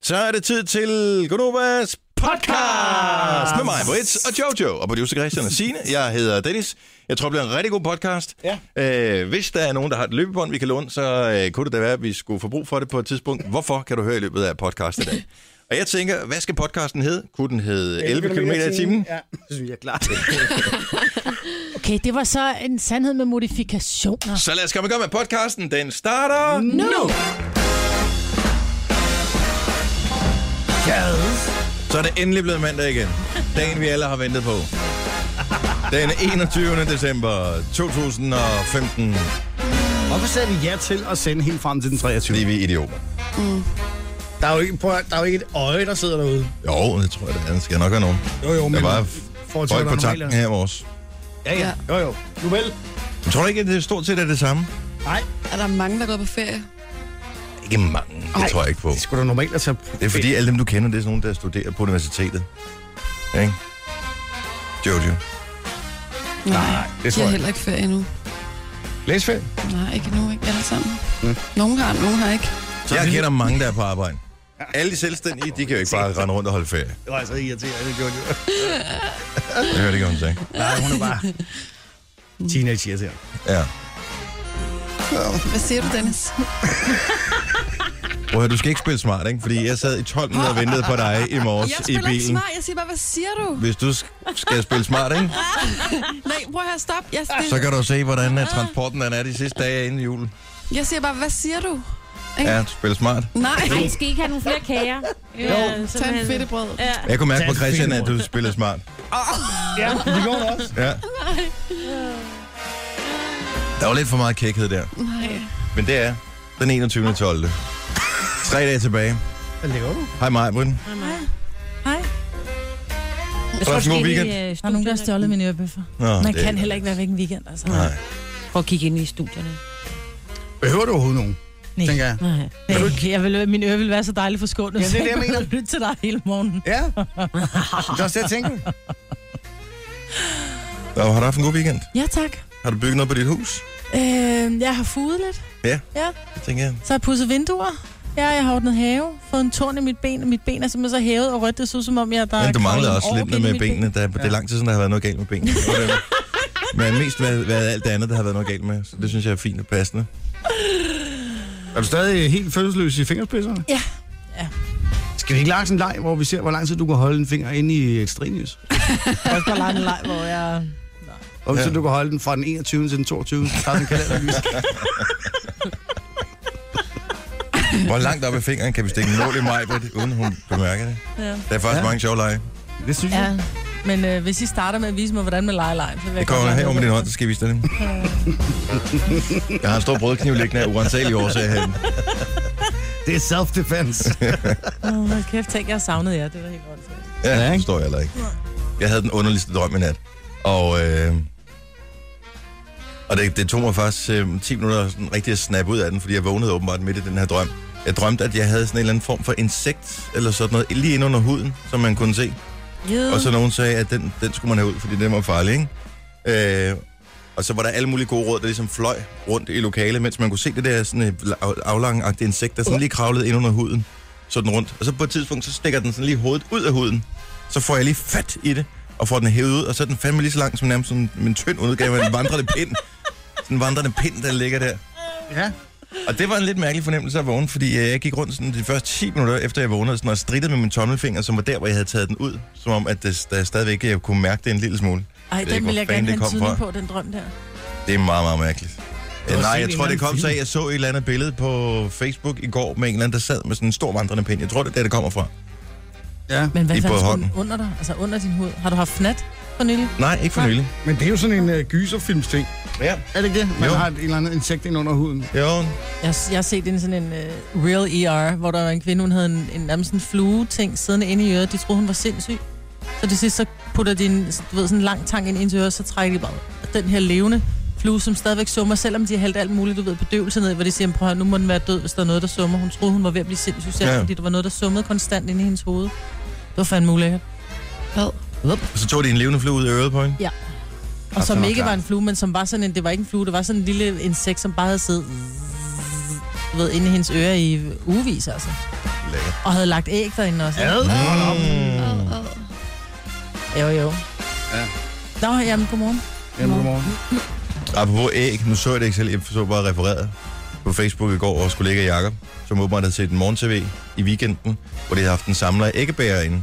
Så er det tid til Gonovas podcast med mig, Brits og Jojo, og producer Christian og Signe. Jeg hedder Dennis. Jeg tror, det bliver en rigtig god podcast. Ja. Hvis der er nogen, der har et løbebånd, vi kan låne, så kunne det da være, at vi skulle få brug for det på et tidspunkt. Hvorfor kan du høre i løbet af podcast i dag? Og jeg tænker, hvad skal podcasten hedde? Kunne den hedde 11 km i timen? Ja, det synes jeg er klart. Okay, det var så en sandhed med modifikationer. Så lad os komme i gang med podcasten. Den starter nu! Så er det endelig blevet mandag igen. Dagen, vi alle har ventet på. Den 21. december 2015. Hvorfor sagde vi ja til at sende helt frem til den 23. Fordi vi er idioter. Der er jo ikke et øje, der sidder derude. Jo, det tror jeg, det skal nok være nogen. Jo, men... Der var folk på tanken her vores. Ja. Jo. Nu vel. Jeg tror ikke, at det stort set er det samme. Nej. Er der mange, der går på ferie? Ikke mange, det tror jeg ikke på. Det skulle da normalt at tage på. Det er fordi, alle dem, du kender, det er sådan nogen, der studerer på universitetet. Ja, ikke? Jojo. Nej, det tror de har jeg heller ikke ferie endnu. Læsferie? Nej, ikke endnu, ikke alle sammen. Nogen har ikke. Jeg kender mange, der er på arbejde. Alle de selvstændige, de kan jo ikke bare rende rundt og holde ferie. Det var altså irriterende, det gjorde det. Jeg hørte ikke, hvad hun sagde. Nej, hun er bare teenage irriterende. Ja. Hvad siger du, Dennis? Prøv at du skal ikke spille smart, ikke? Fordi jeg sad i 12 minutter og ventede på dig i morges Jeg i spiller ikke bilen. smart, jeg siger bare, hvad siger du? Hvis du skal spille smart, ikke? Nej, prøv at høre, stop. Så kan du se, hvordan transporten den er de sidste dage inden julen. Jeg siger bare, hvad siger du? Ja, du spiller smart. Nej. Ej, skal I ikke have nogle flere kager? Tag en fedtebrød. Ja. Jeg kunne mærke på Christian, at du spiller smart. Ja, det gjorde det også. Ja. Der var lidt for meget kækhed der. Nej. Men det er den 21. 12. 3 dage tilbage. Hvad laver du? Hej mig, Britt. Hej. Så er det en god weekend. Der er nogen, der har stjålet mine ørebøffer. Nå, Man det- kan heller ikke være væk en weekend, altså. Nej. Prøv at kigge ind i studierne. Behøver du overhovedet nogen? Nej. Tænker jeg. Nej. Min øre vil være så dejligt forskånet. Ja, det er det, jeg mener. Lyt til dig hele morgenen. Ja. Det er også det, jeg tænker. Har du haft en god weekend? Ja, tak. Har du bygget noget på dit hus? Jeg har fuget lidt. Ja. Ja. Det tænker jeg. Så har jeg pudset vinduer. Ja, jeg har ordnet have. Fået en torn i mit ben, og mit ben er simpelthen så hævet og rødt. Det så ud som om, jeg der Men du mangler kravlet også en lidt ork med ind i mit benene. ben. Det er lang tid siden, der har været noget galt med benene. Men mest været alt det andet, der har været noget galt med. Så det synes jeg er fint og passende. Er du stadig helt følelsesløs i fingerspidserne? Ja. Skal vi ikke lage sådan en leg, hvor vi ser, hvor lang tid du kan holde en finger inde i et strinlys? Jeg har også bare lagt en leg, hvor jeg... Og så du kan holde den fra den 21. til den 22. Så tager den kalenderlys. Hvor langt op ad fingeren kan vi stikke en nål i mig, uden hun bemærker det? Ja. Der er faktisk mange sjove lege. Det synes jeg. Ja, men hvis I starter med at vise mig, hvordan man leger så vil jeg Jeg godt kommer være herover med med. din hånd, så skal jeg vise dig det. Jeg har en stor brødkniv liggende af uansagelige årsager herinde. Det er self-defense. Hold kæft, tænk, jeg har savnet jer. Det var helt åndssvagt. Ja, det forstår jeg heller ikke. Jeg havde den underligste drøm i nat. Og det tog mig faktisk 10 minutter sådan rigtig at snappe ud af den, fordi jeg vågnede åbenbart midt i den her drøm. Jeg drømte, at jeg havde sådan en eller anden form for insekt, eller sådan noget, lige inde under huden, som man kunne se. Og så nogen sagde, at den skulle man have ud, fordi den var farlig, ikke? Og så var der alle mulige gode råd, der ligesom fløj rundt i lokalet, mens man kunne se det der sådan aflange-agtige insekt, der sådan lige kravlede ind under huden, sådan rundt. Og så på et tidspunkt, så stikker den sådan lige hovedet ud af huden. Så får jeg lige fat i det, og får den hævet ud, og så er den fandme lige så lang som nærmest sådan en tynd udgave af en vandrende pind. Sådan en vandrende pind, der ligger der. Ja. Og det var en lidt mærkelig fornemmelse at vågne, fordi jeg gik rundt sådan de første 10 minutter efter jeg vågnede, sådan, og strittede med min tommelfinger, som var der, hvor jeg havde taget den ud. Som om, at der stadigvæk jeg kunne mærke det en lille smule. Ej, Jeg ved den ikke, vil hvor jeg fanden gerne det have en kom tydning fra. på, den drøm der. Det er meget, meget mærkeligt. har Nej, set jeg en tror, det eller kom anden så af, film. jeg så et eller andet billede på Facebook i går med en eller anden, der sad med sådan en stor vandrende pind. Jeg tror, det er der, det kommer fra. Ja. Men hvad Lige på fanden skulle hånden. den under dig? Altså under din hud? Har du haft fnat for nylig? Nej, ikke for nylig. Men det er jo sådan en gyserfilmsting. Ja. Er det ikke det? Man Jo. har et eller andet insekt ind under huden. Jo. Jeg har set en sådan en real ER, hvor der var en kvinde, hun havde en nærmest en flue-ting siddende inde i øret. De troede, hun var sindssyg. Så det sidste, så putter de en, du ved, sådan en lang tang ind i hendes øre, så trækker de bare den her levende flue, som stadigvæk summer, selvom de har hældt alt muligt, du ved, bedøvelse ned, hvor de siger, prøv at høre, nu må den være død, hvis der er noget, der summer. Hun troede, hun var ved at blive sindssyg selv, Ja. fordi der var noget, der summede konstant inde i hendes hoved. Det var fandme ulækkert. Hvad? Og så tog de en levende flue ud af øret på hende. Ja. Og som ikke var en flue, men som var sådan en, det var ikke en flue, det var sådan en lille insekt, som bare havde siddet, du ved, inde i hendes øre i ugevis, altså. lækkert. Og havde lagt æg derinde også. Jo. Ja. Nå, jamen, godmorgen. Jamen, godmorgen. Apropos æg, nu så jeg det ikke selv, jeg så bare refereret på Facebook i går, vores kollega Jakob, som åbenbart havde set en morgen-tv i weekenden, hvor de havde haft en samler af æggebæger inde.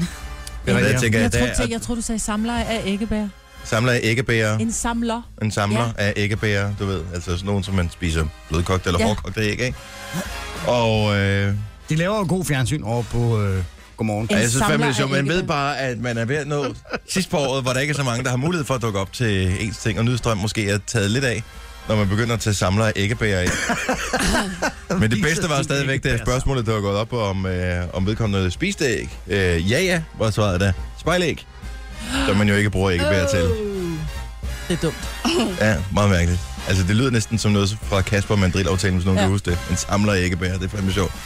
Jeg tror, du sagde samler af æggebæger. Samler af æggebæger. En samler. En samler af æggebæger, du ved. Altså sådan nogen, som man spiser blødkogt eller hårdkogt æg, ikke? Og De laver jo god fjernsyn over på Godmorgen. jeg synes fandme, det er sjovt. Man ved bare, at man er ved at nå sidst på året, hvor der ikke er så mange, der har mulighed for at dukke op til ens ting, og Nyhedsstrøm måske er taget lidt af, når man begynder at tage samler af æggebæger ind. Men det bedste var stadigvæk, da spørgsmålet dukkede op om vedkommende spiste æg. Ja, var svaret da. Spejlæg. Som man jo ikke bruger æggebæger til. Det er dumt. Ja, meget mærkeligt. Altså, det lyder næsten som noget fra Kasper Mandrill-aftalen, hvis nogen kan huske det. En samler af æggebæger, det er fandme sjovt.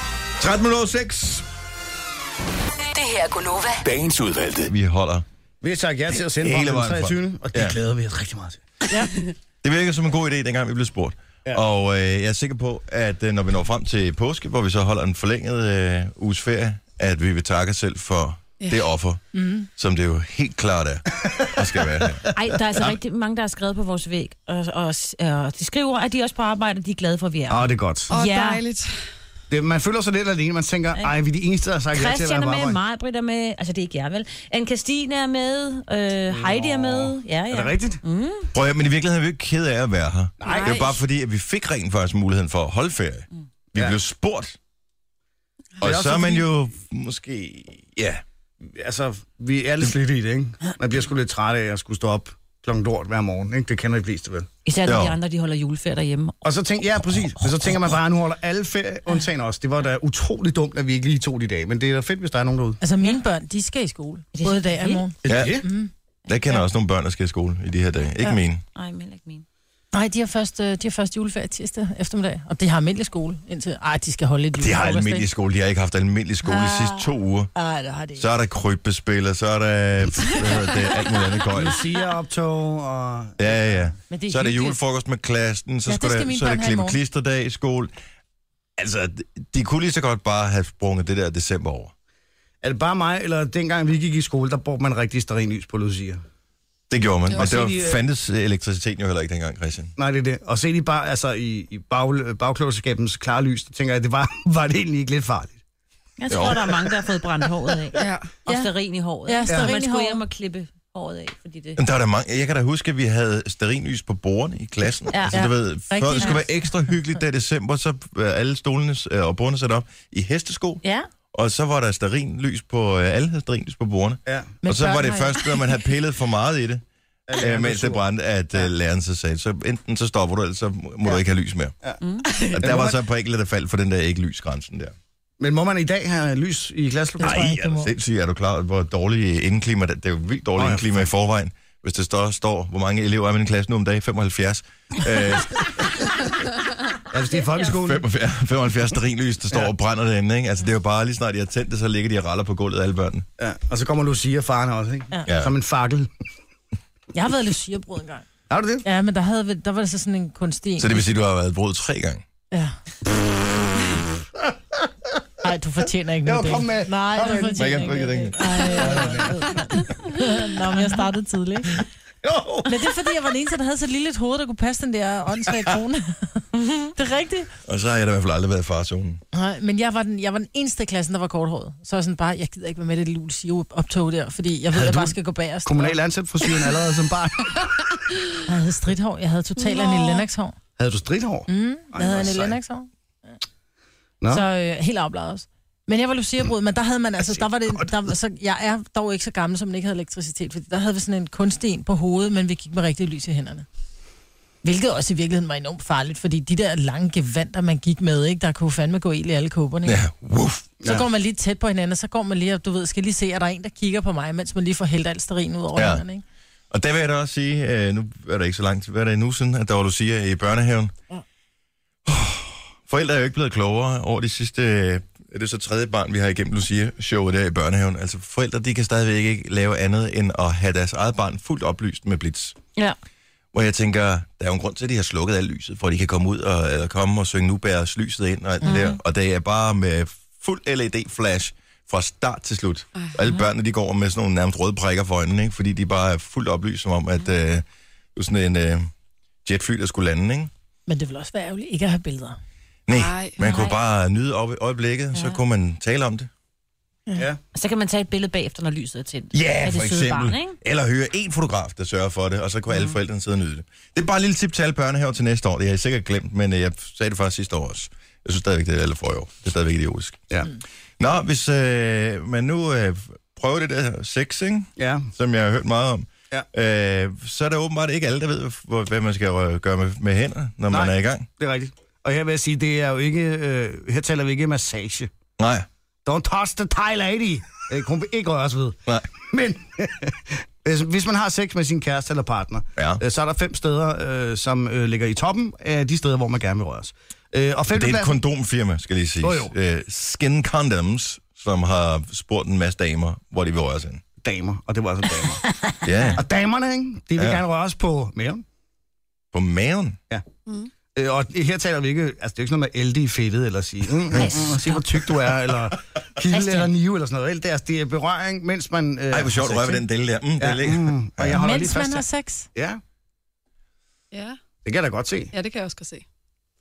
13:06. Det her er Gunova. Dagens udvalgte. Vi holder. Vi har sagt ja til at sende Hele fra den vejen 23. Og det glæder vi os rigtig meget til. Ja. Det virker som en god idé, dengang vi blev spurgt. Ja. Og jeg er sikker på, at når vi når frem til påske, hvor vi så holder en forlænget uges ferie, at vi vil takke os selv for det offer, som det jo helt klart er, og skal være her. Ej, der er altså rigtig mange, der har skrevet på vores væg, og de skriver, at de også på arbejde, de er glade for, at vi er. Det er godt. Dejligt. Man føler sig lidt alene. Man tænker, vi er de eneste, der har sagt ja til at være Christian på er med, arbejde. Maj-Britt er med, altså det er ikke jer vel. Anne-Christine er med, Heidi er med. Ja. Er det rigtigt? Prøv at, men i virkeligheden er vi jo ikke ked af at være her. Nej. Det er jo bare fordi, at vi fik rent faktisk muligheden for at holde ferie. Vi blev spurgt. Og så er man jo måske... Ja. Altså, vi er lidt slidt i det, ikke? Man bliver sgu lidt træt af at skulle stå op klokken lort hver morgen, ikke? Det kender de fleste vel. Især når de andre, de holder juleferie derhjemme. Og så tænker præcis. Men så tænker man bare, at nu holder alle ferie, undtagen os. Det var da utroligt dumt, at vi ikke lige tog de dage. Men det er da fedt, hvis der er nogen derude. Altså, mine børn, de skal i skole. Både i dag og i morgen. Ja. Jeg kender også nogle børn, der skal i skole i de her dage. Ikke mine. Nej, men ikke mine. Nej, de har først juleferie tirsdag eftermiddag, og de har almindelig skole indtil... de skal holde lidt De har almindelig skole. De har ikke haft almindelig skole de sidste 2 uger. Nej, det har de ikke. Så er der krybespil, og så er der alt muligt andet gøjl. Lucia-optog og... Ja. Men Så er der julefrokost med klassen, så er der klippe-klisterdag i skole. Altså, de kunne lige så godt bare have sprunget det der december over. Er det bare mig, eller dengang vi gik i skole, der brugte man rigtig stearinlys på Lucia? Det gjorde man, men det fandtes elektriciteten jo heller ikke dengang, Christian. Nej, det er det. Og se de bare altså, i bagklodskabens klare lys, der tænker jeg, det var det egentlig ikke lidt farligt. Jeg tror, der er mange, der har fået brændt håret af. Ja. Og stearin i håret. Ja, stearin i man skulle håret. hjem og klippe håret af, fordi det... Men der var der mange. Jeg kan da huske, at vi havde stearinlys på bordene i klassen. Ja. Altså, du ved, for det skulle være ekstra hyggeligt, da i december, så alle stolene og bordene sat op i hestesko. Ja. Og så var der stearinlys på, alle havde stearinlys på bordene. Ja. Og så var det først, når man havde pillet for meget i det, mens det brændte, at læreren så sagde, så enten så stopper du, eller så må du ikke have lys mere. Ja. Og der var så på enkelte, der faldt for den der ikke-lysgrænsen der. Men må man i dag have lys i klasselokalet? Nej, er du sindssygt? Er du klar, hvor dårligt indeklima, det er jo vildt dårligt indeklima i forvejen. Hvis det står, hvor mange elever er med en klasse nu om dagen? 75. Altså, det er folkeskolen. 75 stearinlys, der står og brænder derinde, ikke? Altså, det er jo bare lige snart, de har tændt det, så ligger de og raller på gulvet, alle børnene. Ja, og så kommer Lucia faren også, ikke? Ja. Som en fakkel. Jeg har været Lucia-brud engang. Har du det? Ja, men der var det så sådan en kunstig... Så det vil sige, at du har været brud 3 gange? Ja. Nej, du fortjener ikke noget. Kom med. Nej, du fortjener ikke noget. Nå, men jeg startede tidligt. Jo. Men det er fordi, jeg var den eneste, der havde så lille et hoved, der kunne passe den der åndssvage krone. Det er rigtigt. Og så har jeg da i hvert fald aldrig været i farzonen. Nej, men jeg var den eneste i klassen, der var korthåret. Så var sådan bare, jeg gider ikke være med det lille optog der, fordi jeg ved, at jeg bare skal gå bagerst. Kommunal ansat frisyren allerede som barn? Jeg havde stridthår. Jeg havde totalt Annie Lennox-hår. Havde du stridthår? Jeg havde Annie Lennox-hår. Nå. Så helt afbladet også. Men jeg var Lucia-brud, men der havde man altså, der var det, så jeg er dog ikke så gammel, som man ikke havde elektricitet, fordi der havde vi sådan en kunstig en på hovedet, men vi gik med rigtig lys i hænderne. Hvilket også i virkeligheden var enormt farligt, fordi de der lange gevanter, man gik med, ikke, der kunne fandme gå ild i alle kåberne. Ja, Så går man lige tæt på hinanden, og så går man lige, og du ved, skal lige se, at der er en, der kigger på mig, mens man lige får hældt alt stearin ud over hænderne, ikke? Og der vil jeg da også sige, nu er det ikke så langt, hvad er det en uge siden, at der var Lucia i børnehaven. Ja. Forældre er jo ikke blevet klogere over de sidste, er det så 3. barn, vi har igennem Lucia-showet der i børnehaven. Altså forældre, de kan stadigvæk ikke lave andet, end at have deres eget barn fuldt oplyst med blitz. Ja. Hvor jeg tænker, der er jo en grund til, at de har slukket alt lyset, for at de kan komme ud og synge, nu bæres lyset ind og alt det der. Og det er bare med fuld LED-flash fra start til slut. Og alle børnene, de går med sådan nogle nærmest røde prikker for øjnene, ikke? Fordi de bare er fuldt oplyst, som om, at det er sådan en jetfly, der skulle lande, ikke? Men det vil også være ærgerligt ikke at have billeder. Nej, man kunne bare nyde øjeblikket, så kunne man tale om det. Ja. Og så kan man tage et billede bagefter, når lyset er tændt. Ja, for eksempel. Barn, eller høre en fotograf, der sørger for det, og så kunne alle forældrene sidde og nyde det. Det er bare et lille tip til alle børnehaver til næste år. Det har jeg sikkert glemt, men jeg sagde det faktisk sidste år også. Jeg synes stadigvæk, det er eller for i år. Det er stadigvæk idiotisk. Ja. Nå, hvis man nu prøver det der sex, ikke? Ja. Som jeg har hørt meget om, Ja. så er det åbenbart ikke alle, der ved, hvad man skal gøre med hænder, når man er i gang. Det er rigtigt. Og her vil jeg sige, det er jo ikke... her taler vi ikke massage. Nej. Don't touch the Thai lady. Det kunne vi ikke røre os ved. Nej. Men hvis man har sex med sin kæreste eller partner, så er der 5 steder, som ligger i toppen af de steder, hvor man gerne vil røres. Og det er et kondomfirma, skal lige sige. Skin Condoms, som har spurgt en masse damer, hvor de vil røre sig. Damer, og det var altså damer. Ja. Og damerne, ikke? De vil gerne røres på maven. På maven? Ja. Og her taler vi ikke, altså det er ikke sådan noget med elde i fedtet, eller sige, sig hvor tyk du er, eller kilde eller nive, eller sådan noget. Det er berøring, mens man... Ej, hvor sjovt, du rører ved den del der. Det er lækkert. Og jeg holder mens lige fast man har sex? Ja. Ja. Det kan jeg da godt se. Ja, det kan jeg også godt se.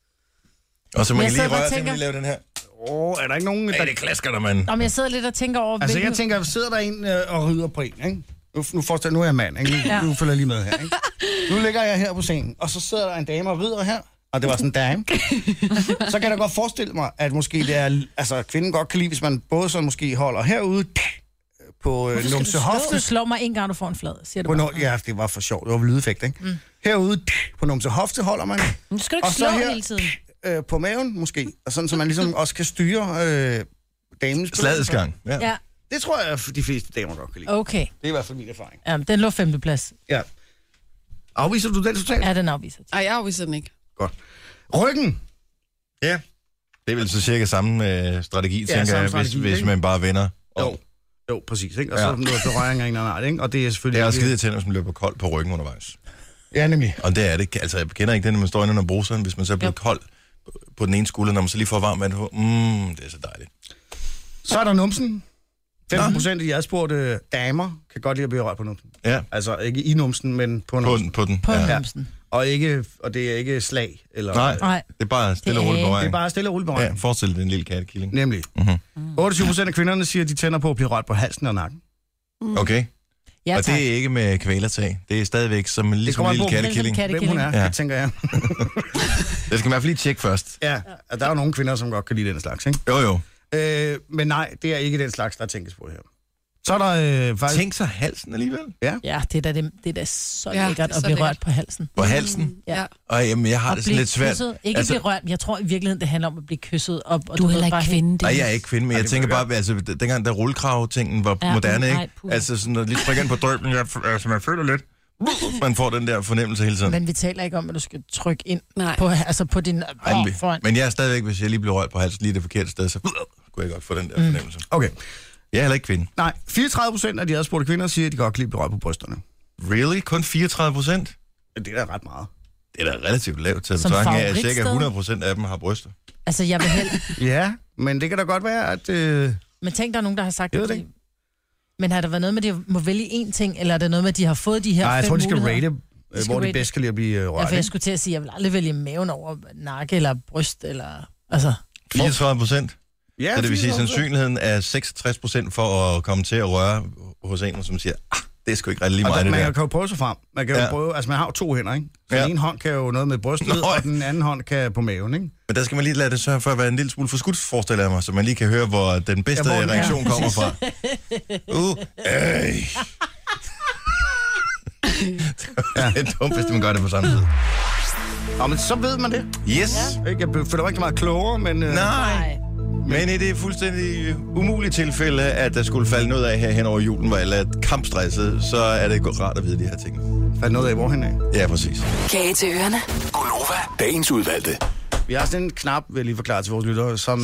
Og så man kan lige røre, så kan vi lave den her. Er der ikke nogen... Nej, det klasker der, mand. Nå, men jeg sidder lidt og tænker over... Altså, jeg tænker, sidder der en og rydder på en, ikke? Nu forestiller nu er jeg mand, ikke? Nu følger jeg lige med her, ikke? Nu ligger jeg her på sengen, og så sidder der en dame og rydder her, og det var sådan en dame. Så kan jeg da godt forestille mig, at måske det er... Altså, kvinden godt kan lide, hvis man både så måske holder herude på numse hofte. Du slår mig en gang, du får en flad, siger du bare. Ja, det var for sjovt. Det var lydeffekt, ikke? Herude på numse hofte holder man. Men du skal du ikke slå hele tiden. På maven måske, og sådan, så man ligesom også kan styre damens... Sladesgang. Ja. Det tror jeg, de fleste damer godt kan lide. Okay. Det er i hvert fald min erfaring. Ja, den lå 5. plads. Ja. Afviser du den totalt? Ja, den afviser. Ej, jeg afviser den ikke. Godt. Ryggen. Ja. Det er vel så cirka samme strategi, tænker samme jeg, strategi, hvis man bare vender. Jo, præcis. Ikke? Og så noget berøring af en eller anden art, ikke? Og det er selvfølgelig... Det er også skide til, hvis man løber koldt på ryggen undervejs. Ja, nemlig. Og det er det. Altså, jeg kender ikke det, når man står inde under bruseren, hvis man så bliver kold på den ene skulder, når man så lige får varmt vand på. Det er så dejligt. Så er der numsen. 15% af de adspurgte damer kan godt lide at blive rørt på numsen. Ja. Altså ikke i numsen, men på numsen. På den. På numsen. Og det er ikke slag. Eller, Nej, det er bare stille og roligt berøring. Det er bare stille og roligt berøring. Ja, forestil dig en lille kattekilling. Nemlig. 28% af kvinderne siger, at de tænder på at blive rørt på halsen og nakken. Okay. Ja, og det er ikke med kvælertag. Det er stadigvæk som en lille kattekilling. Hvem hun er, det tænker jeg. Det skal man i hvert fald lige tjekke først. Ja, der er jo nogle kvinder, som godt kan lide den slags, ikke? Jo. Men nej, det er ikke den slags, der tænkes på her. Så er der faktisk... Tænk sig halsen alligevel. Ja, det er da så lækkert at blive rørt på halsen. På halsen? Ja. Og jamen, jeg har det sådan lidt svært. Kysset. Ikke blive rørt. Jeg tror i virkeligheden, det handler om at blive kysset op. Og du er heller ikke kvinde. Nej, jeg er ikke kvinde, men jeg tænker bare, altså, dengang der rullekrav-tingen var moderne, ikke? Altså sådan noget, lige trykke ind på drøben, altså man føler lidt. Man får den der fornemmelse hele tiden. Men vi taler ikke om, at du skal trykke ind på din foran. Men jeg er stadigvæk, hvis jeg lige bliver rørt på halsen lige det forkerte sted, så kunne jeg godt få den der fornemmelse. Okay. Jeg er heller ikke kvinde. Nej, 34% af de adspurgte kvinder siger, at de godt kan lide at blive rørt på brysterne. Really? Kun 34%? Det er da ret meget. Det er da relativt lavt til betragtning af, at cirka 100% af dem har bryster. Altså, jeg vil hellere... Ja, men det kan da godt være, at... Men tænk, der er nogen, der har sagt, at de... Men har der været noget med, at de må vælge én ting, eller er det noget med, at de har fået de her 5 muligheder? Nej, jeg tror, de skal rate, hvor de bedst kan lide at blive rørt. Ja, for jeg skulle til at sige, at jeg vil aldrig vælge maven over nakke eller bryst, eller... Altså... 34%? Ja, så det vil sige, at sandsynligheden er 66% for at komme til at røre hos en, som siger, det er sgu ikke rigtig lige meget det der. Man kan jo prøve sig frem. Man kan jo prøve, altså man har jo 2 hænder, ikke? Så den ene hånd kan jo noget med brystet, og den anden hånd kan på maven, ikke? Men der skal man lige lade det sørge for at være en lille smule forskudt, forestiller jeg mig, så man lige kan høre, hvor den bedste reaktion kommer fra. Det er dumt, hvis man gør det på samme tid. Nå, men så ved man det. Yes. Jeg føler mig ikke meget klogere, men... Nej. Men i det fuldstændig umulige tilfælde, at der skulle falde noget af her hen over julen, hvor alle er kampstresset, så er det godt rart at vide de her ting. Falde noget af hvorhen af? Ja, præcis. Kage til ørerne. Gonova, dagens udvalgte. Vi har sådan en knap, vil jeg lige forklare til vores lyttere, som...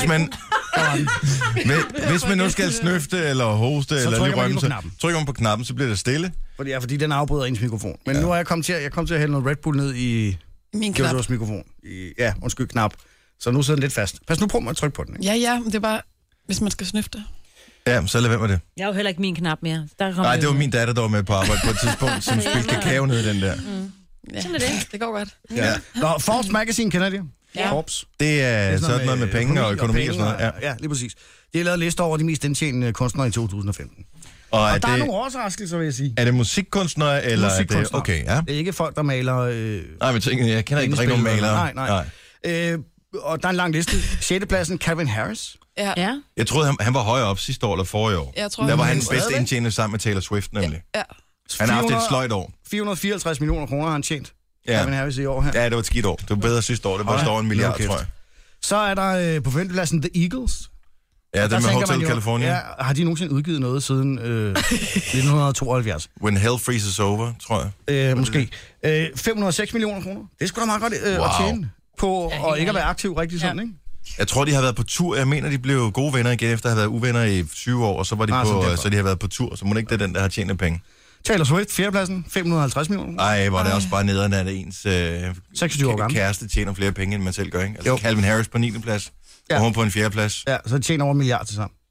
Hvis man nu skal snøfte eller hoste så eller lige rømme, så trykker man på knappen, så bliver det stille. Fordi den afbryder ens mikrofon. Men nu er jeg kommet til at hælde noget Red Bull ned i min Kjørsås mikrofon. Knap. Så nu sidder den lidt fast. Pas nu på med at trykke på den, ikke? Ja, men det er bare, hvis man skal snøfte. Ja, så lad være med det. Jeg har jo heller ikke min knap mere. Nej, det var min datter, der var med på arbejde på et tidspunkt, som spildte kakao ned i den der. Ja, sådan er det. Det går godt. Ja. Nå, Forbes Magazine, kender de? Ja. Forbes. Det er sådan noget med penge og økonomi og sådan noget. Ja, lige præcis. De har lavet lister over de mest indtjenende kunstnere i 2015. Og der er nogle overraskelser, vil jeg sige. Er det musikkunstnere, eller musikkunstnere. er det... Okay, ja. Det er ikke folk, der maler... Nej, men jeg kender ikke rigtig nogen malere. Nej. Og der er en lang liste. 6. pladsen, Calvin Harris. Ja. Jeg troede, han var højere op sidste år eller forrige år. Der var han bedst indtjenende sammen med Taylor Swift, nemlig. Ja. Han har haft et sløjt år. 454 millioner kroner har han tjent. Calvin Harris i år her. Ja, det var et skidt år. Det var bedre sidste år. Det var over 1 milliard, tror jeg. Så er der på 5. pladsen The Eagles. Ja, det med Hotel California. Ja, har de nogensinde udgivet noget siden 1972? When Hell Freezes Over, tror jeg. Måske. 506 millioner kroner. Det er sgu da meget godt at tjene på, og ikke at være aktiv rigtig sådan, ikke? Jeg tror, de har været på tur. Jeg mener, de blev gode venner igen, efter at have været uvenner i 20 år, og så var de så de har været på tur. Så må det ikke det den, der har tjent penge. Taylor Swift, 4. pladsen, 550 millioner. Ej, var det også bare nederen, at ens 26 år gammel kæreste tjener flere penge, end man selv gør, ikke? Altså Calvin Harris på 9. plads, og hun på en 4. plads. Ja, så tjener over 1 milliard til sammen.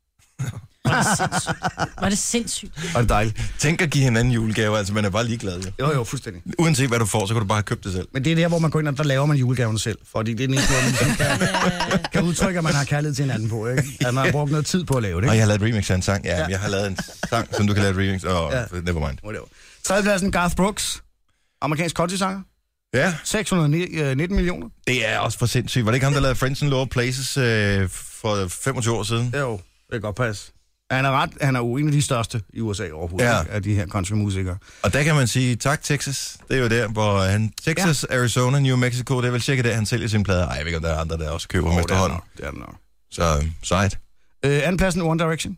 Var det sindssygt. Og det er dejligt. Tænk at give hinanden julegaver, altså man er bare ligeglad. Jo, fuldstændig. Uanset hvad du får, så kan du bare købe det selv. Men det er der, hvor man går ind, og der laver man julegaverne selv. Fordi det er den eneste måde, man kan udtrykke, at man har kærlighed til hinanden på, ikke? At man har brugt noget tid på at lave det, ikke? Og jeg har lavet et remix af en sang. Ja, jeg har lavet en sang, som du kan lave et remix. Never mind. 3. pladsen, Garth Brooks. Amerikansk country-sanger. Ja. 619 millioner. Det er også for sindssygt. Var det ikke ham, der lavede Friends in Lower Places for 25 år siden? Jo, det kan godt passe. Han er jo en af de største i USA overhovedet, af de her countrymusikere. Og der kan man sige, tak Texas. Det er jo der, hvor Texas, Arizona, New Mexico, det er vel cirka der, han sælger sine plader. Ej, jeg ved ikke, om der er andre, der også køber dem efterhånden. Det er nok. Så sejt. Anden pladsen, One Direction.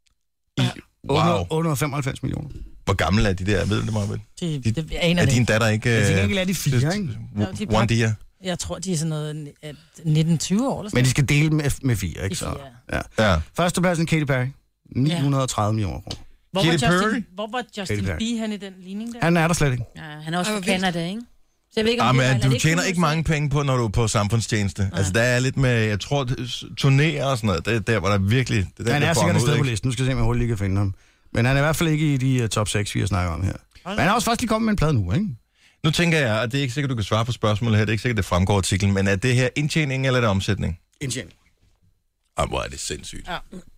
Wow. 895 millioner. Hvor gammel er de der? Ved du det meget vel? Er din datter ikke... Jeg tænker ikke, at de 4, ikke? One Dear. Jeg tror, de er sådan noget 19-20 år. Eller sådan. Men de skal dele med 4, ikke? Så, ja. Første pladsen, Katy Perry. 930 millioner kroner. Hvor var Justin Bieber han i den ligning der? Han er der slet ikke. Ja, han er også fra Canada, ikke? Så jeg ved ikke, om men du tjener ikke mange penge på, når du er på samfundstjeneste. Ja. Altså, der er lidt med, jeg tror, turnéer og sådan noget. Det er der, hvor der virkelig... Det der, han er sikkert et sted på listen. Nu skal jeg se, om jeg hurtigt lige kan finde ham. Men han er i hvert fald ikke i de top 6, vi har snakket om her. Men han er også først lige kommet med en plade nu, ikke? Nu tænker jeg, at det er ikke sikkert, du kan svare på spørgsmålet her. Det er ikke sikkert, det fremgår af artiklen. Men er det her indtjening, eller er det omsætning? Indtjening. Hvor er det sindssygt.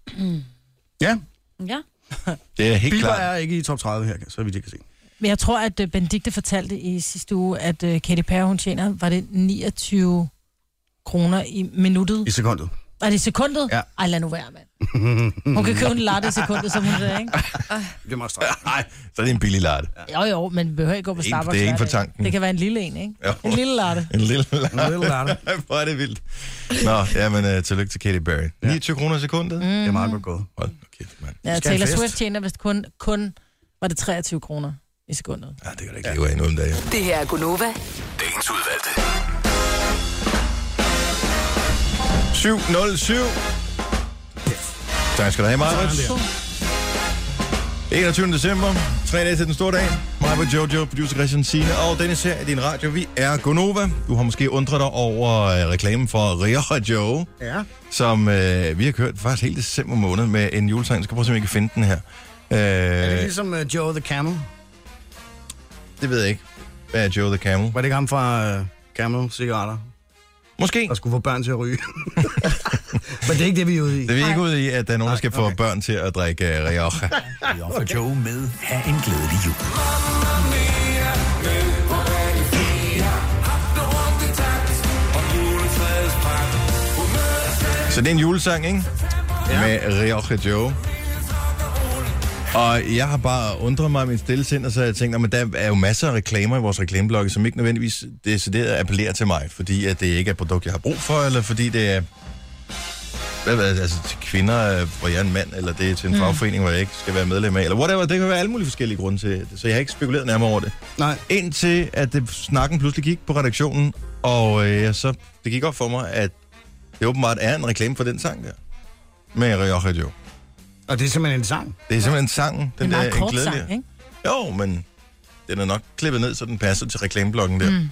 Ja. Det er helt Bieber klart. er ikke i top 30 her, så vidt jeg kan se. Men jeg tror, at Benedikte fortalte i sidste uge, at Katy Perry, hun tjener, var det 29 kroner i minuttet? I sekundet. Var det i sekundet? Ja. Ej, lad nu være, mand. Hun kan købe en latte i sekundet, som hun siger, ikke? Det er meget strækt. Nej, så er det en billig latte. Jo, men vi behøver ikke gå på Starbucks. Det er ikke for tanken. Det kan være en lille en, ikke? Jo. En lille latte. En lille latte. Hvor er det vildt. Nå, jamen, tillykke til Katy Perry. 29 kroner i sekundet? Det er meget godt gået. Hold kæft, mand. Ja, Taylor Swift tjener vist kun var det 23 kroner i sekundet. Ja, det kan da ikke leve af noget om dagen. Det her er Gunova. Dagens udvalgte. 707. Tak skal du have, Marvitt. 21. december. 3 dage til den store dag. Mig på Jojo, producer Christian Signe og Dennis her i din radio. Vi er Gunova. Du har måske undret dig over reklamen for Rioja Joe. Ja. Som vi har kørt faktisk hele december måned med en julesang. Jeg skal prøve at se, om jeg kan finde den her. Er det ligesom Joe the Camel? Det ved jeg ikke. Hvad er Joe the Camel? Var det ikke ham fra Camel cigaretter? Måske. Der skulle få børn til at ryge. Men det er ikke det, vi er ude i. Det er vi ikke ude i, at der er nogen, der skal få børn til at drikke Rioja. Rioja Joe med Ha' en glædelig jul. Så det er en julesang, ikke? Ja. Med Rioja Joe. Og jeg har bare undret mig i min stille sind, og så har jeg tænkt, at der er jo masser af reklamer i vores reklameblogge, som ikke nødvendigvis decideret appellerer til mig, fordi at det ikke er et produkt, jeg har brug for, eller fordi det er altså til kvinder, hvor jeg er en mand, eller det er til en fagforening, hvor jeg ikke skal være medlem af, eller whatever. Det kan være alle mulige forskellige grunde til det, så jeg har ikke spekuleret nærmere over det. Nej. Indtil at snakken pludselig gik på redaktionen, og så det gik op for mig, at det åbenbart er en reklame for den sang der, med Rioja Joe. Og det er simpelthen en sang? Det er simpelthen en sang. Den er en kort sang, ikke? Jo, men den er nok klippet ned, så den passer til reklameblokken der.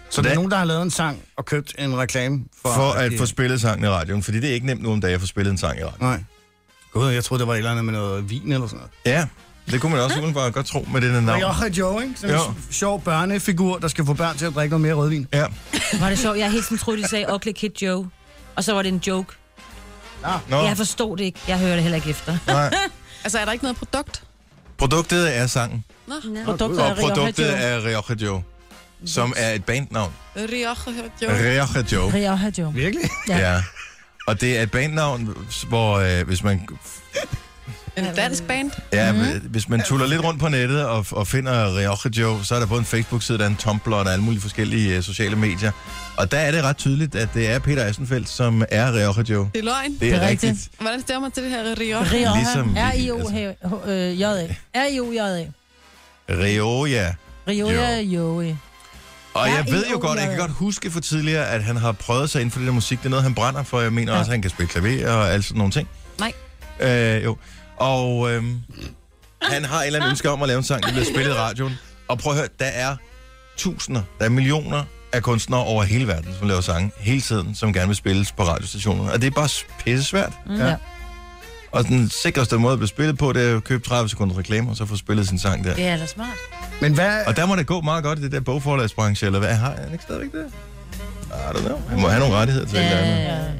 Så der er nogen, der har lavet en sang og købt en reklame for at få spillet sangen i radioen, fordi det er ikke nemt nu om dagen at få spillet en sang i radioen. Nej. Gud, jeg troede, det var et eller andet med noget vin eller sådan noget. Ja, det kunne man også udenbart godt tro med det der navn. Rioja Joe, ikke? Sådan en sjov børnefigur, der skal få børn til at drikke noget mere rødvin. Ja. Var det sjovt? Jeg helt sådan troede, de sagde Ugly Kid Joe. Og så var det en joke. Nå. Jeg forstod det ikke. Jeg hører det heller ikke efter. Nej. Altså, er der ikke noget produkt? Produktet er sangen. Nå. Produktet er Rioja Joe, som er et bandnavn. Rioja Joe. Rioja Joe. Rioja Joe. Virkelig? Ja. Og det er et bandnavn, hvor hvis man... En dansk band? Ja, hvis man tuller lidt rundt på nettet og finder Rioja Joe, så er der både en Facebook-side, der er en Tumblr, og der er alle mulige forskellige sociale medier. Og der er det ret tydeligt, at det er Peter Assenfeldt, som er Rioja Joe. Det er løgn. Det er rigtigt. Hvordan stemmer man til det her Rioja? Rioja. Ligesom R-I-O-J-A. R-I-O-J-A. Rioja. Rioja Joe. Og jeg ved jo godt, jeg kan godt huske for tidligere, at han har prøvet sig inden for det der musik. Det er noget, han brænder for. Jeg mener også, at han kan spille klaver og alt sådan nogle ting. Nej. Jo. Og han har et eller andet ønske om at lave en sang, der bliver spillet i radioen. Og prøv at høre, der er tusinder, der er millioner af kunstnere over hele verden, som laver sange hele tiden, som gerne vil spilles på radiostationerne. Og det er bare pisse svært. Ja. Og den sikreste måde at blive spillet på, det er at købe 30 sekunder reklame, og så få spillet sin sang der. Det er da smart. Men hvad... Og der må det gå meget godt i det der bogforlagsbranche, eller hvad? Har han ikke stadigvæk det? I don't know. Han må have nogle rettigheder til det andet.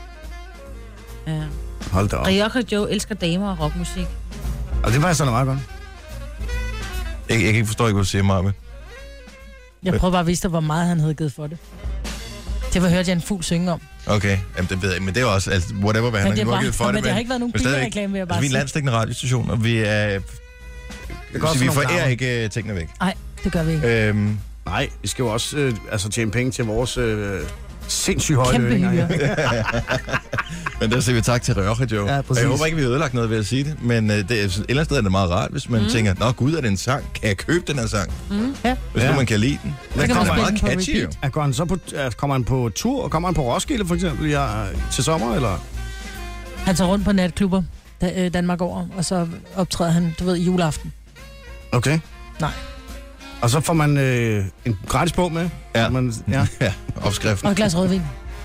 Ja. Hold da op. Rioja Joe elsker damer og rockmusik. Og det var sådan meget godt. Jeg kan ikke forstå, hvad du siger, Marve. Jeg prøver bare at vise dig, hvor meget han havde givet for det. Det var hørt jeg en fugl synge om. Okay, jamen, det ved jeg, men det er også, altså, whatever, hvad han har gjort for det. Men det har ikke været nogen bilreklame, vil jeg bare sige. Vi er en landsdækkende radiostation, og vi er... vi forærer ikke tingene væk. Nej, det gør vi ikke. Nej, vi skal jo også tjene penge til vores sindssygt høje lønninger. Men der siger vi tak til Rioja Joe. Ja, jeg håber ikke, vi har ødelagt noget ved at sige det, men det er, et eller andet sted er det meget rart, hvis man tænker, nå gud, er det en sang? Kan jeg købe den her sang? Ja. Hvis nu man kan lide den. Det er meget catchy, jo. Kommer han på tur, og kommer han på Roskilde for eksempel til sommer, eller? Han tager rundt på natklubber Danmark over, og så optræder han, du ved, juleaften. Okay. Nej. Og så får man en gratis bog med. Ja. Ja, opskriften. Og et glas rødvin.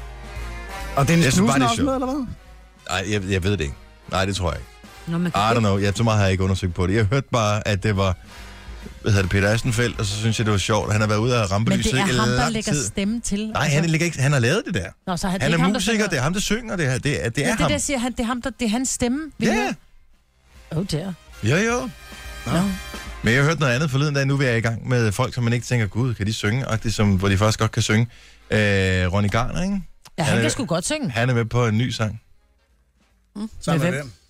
Og den Knudsen også med, eller hvad? Nej, jeg ved det ikke. Nej, det tror jeg ikke. Nå, I don't know. Så meget har jeg ikke undersøgt på det. Jeg hørte bare, at det var Peter Assenfeldt, og så synes jeg, det var sjovt. Han har været ude af rampelyset i lang tid. Men det er ham, der lægger stemme til. Nej, han har lavet det der. Nå, så han er musiker, det er ham, der synger. Det er ham. Det der siger han, det er hans stemme. Ja. Oh dear. Jo. No. Men jeg har hørt noget andet forleden dag. Nu er jeg i gang med folk, som man ikke tænker, gud, kan de synge? Hvor de faktisk godt kan synge. Ronny Garner, ikke? Ja, han kan sgu godt synge. Han er med på en ny sang. Sammen med hvem?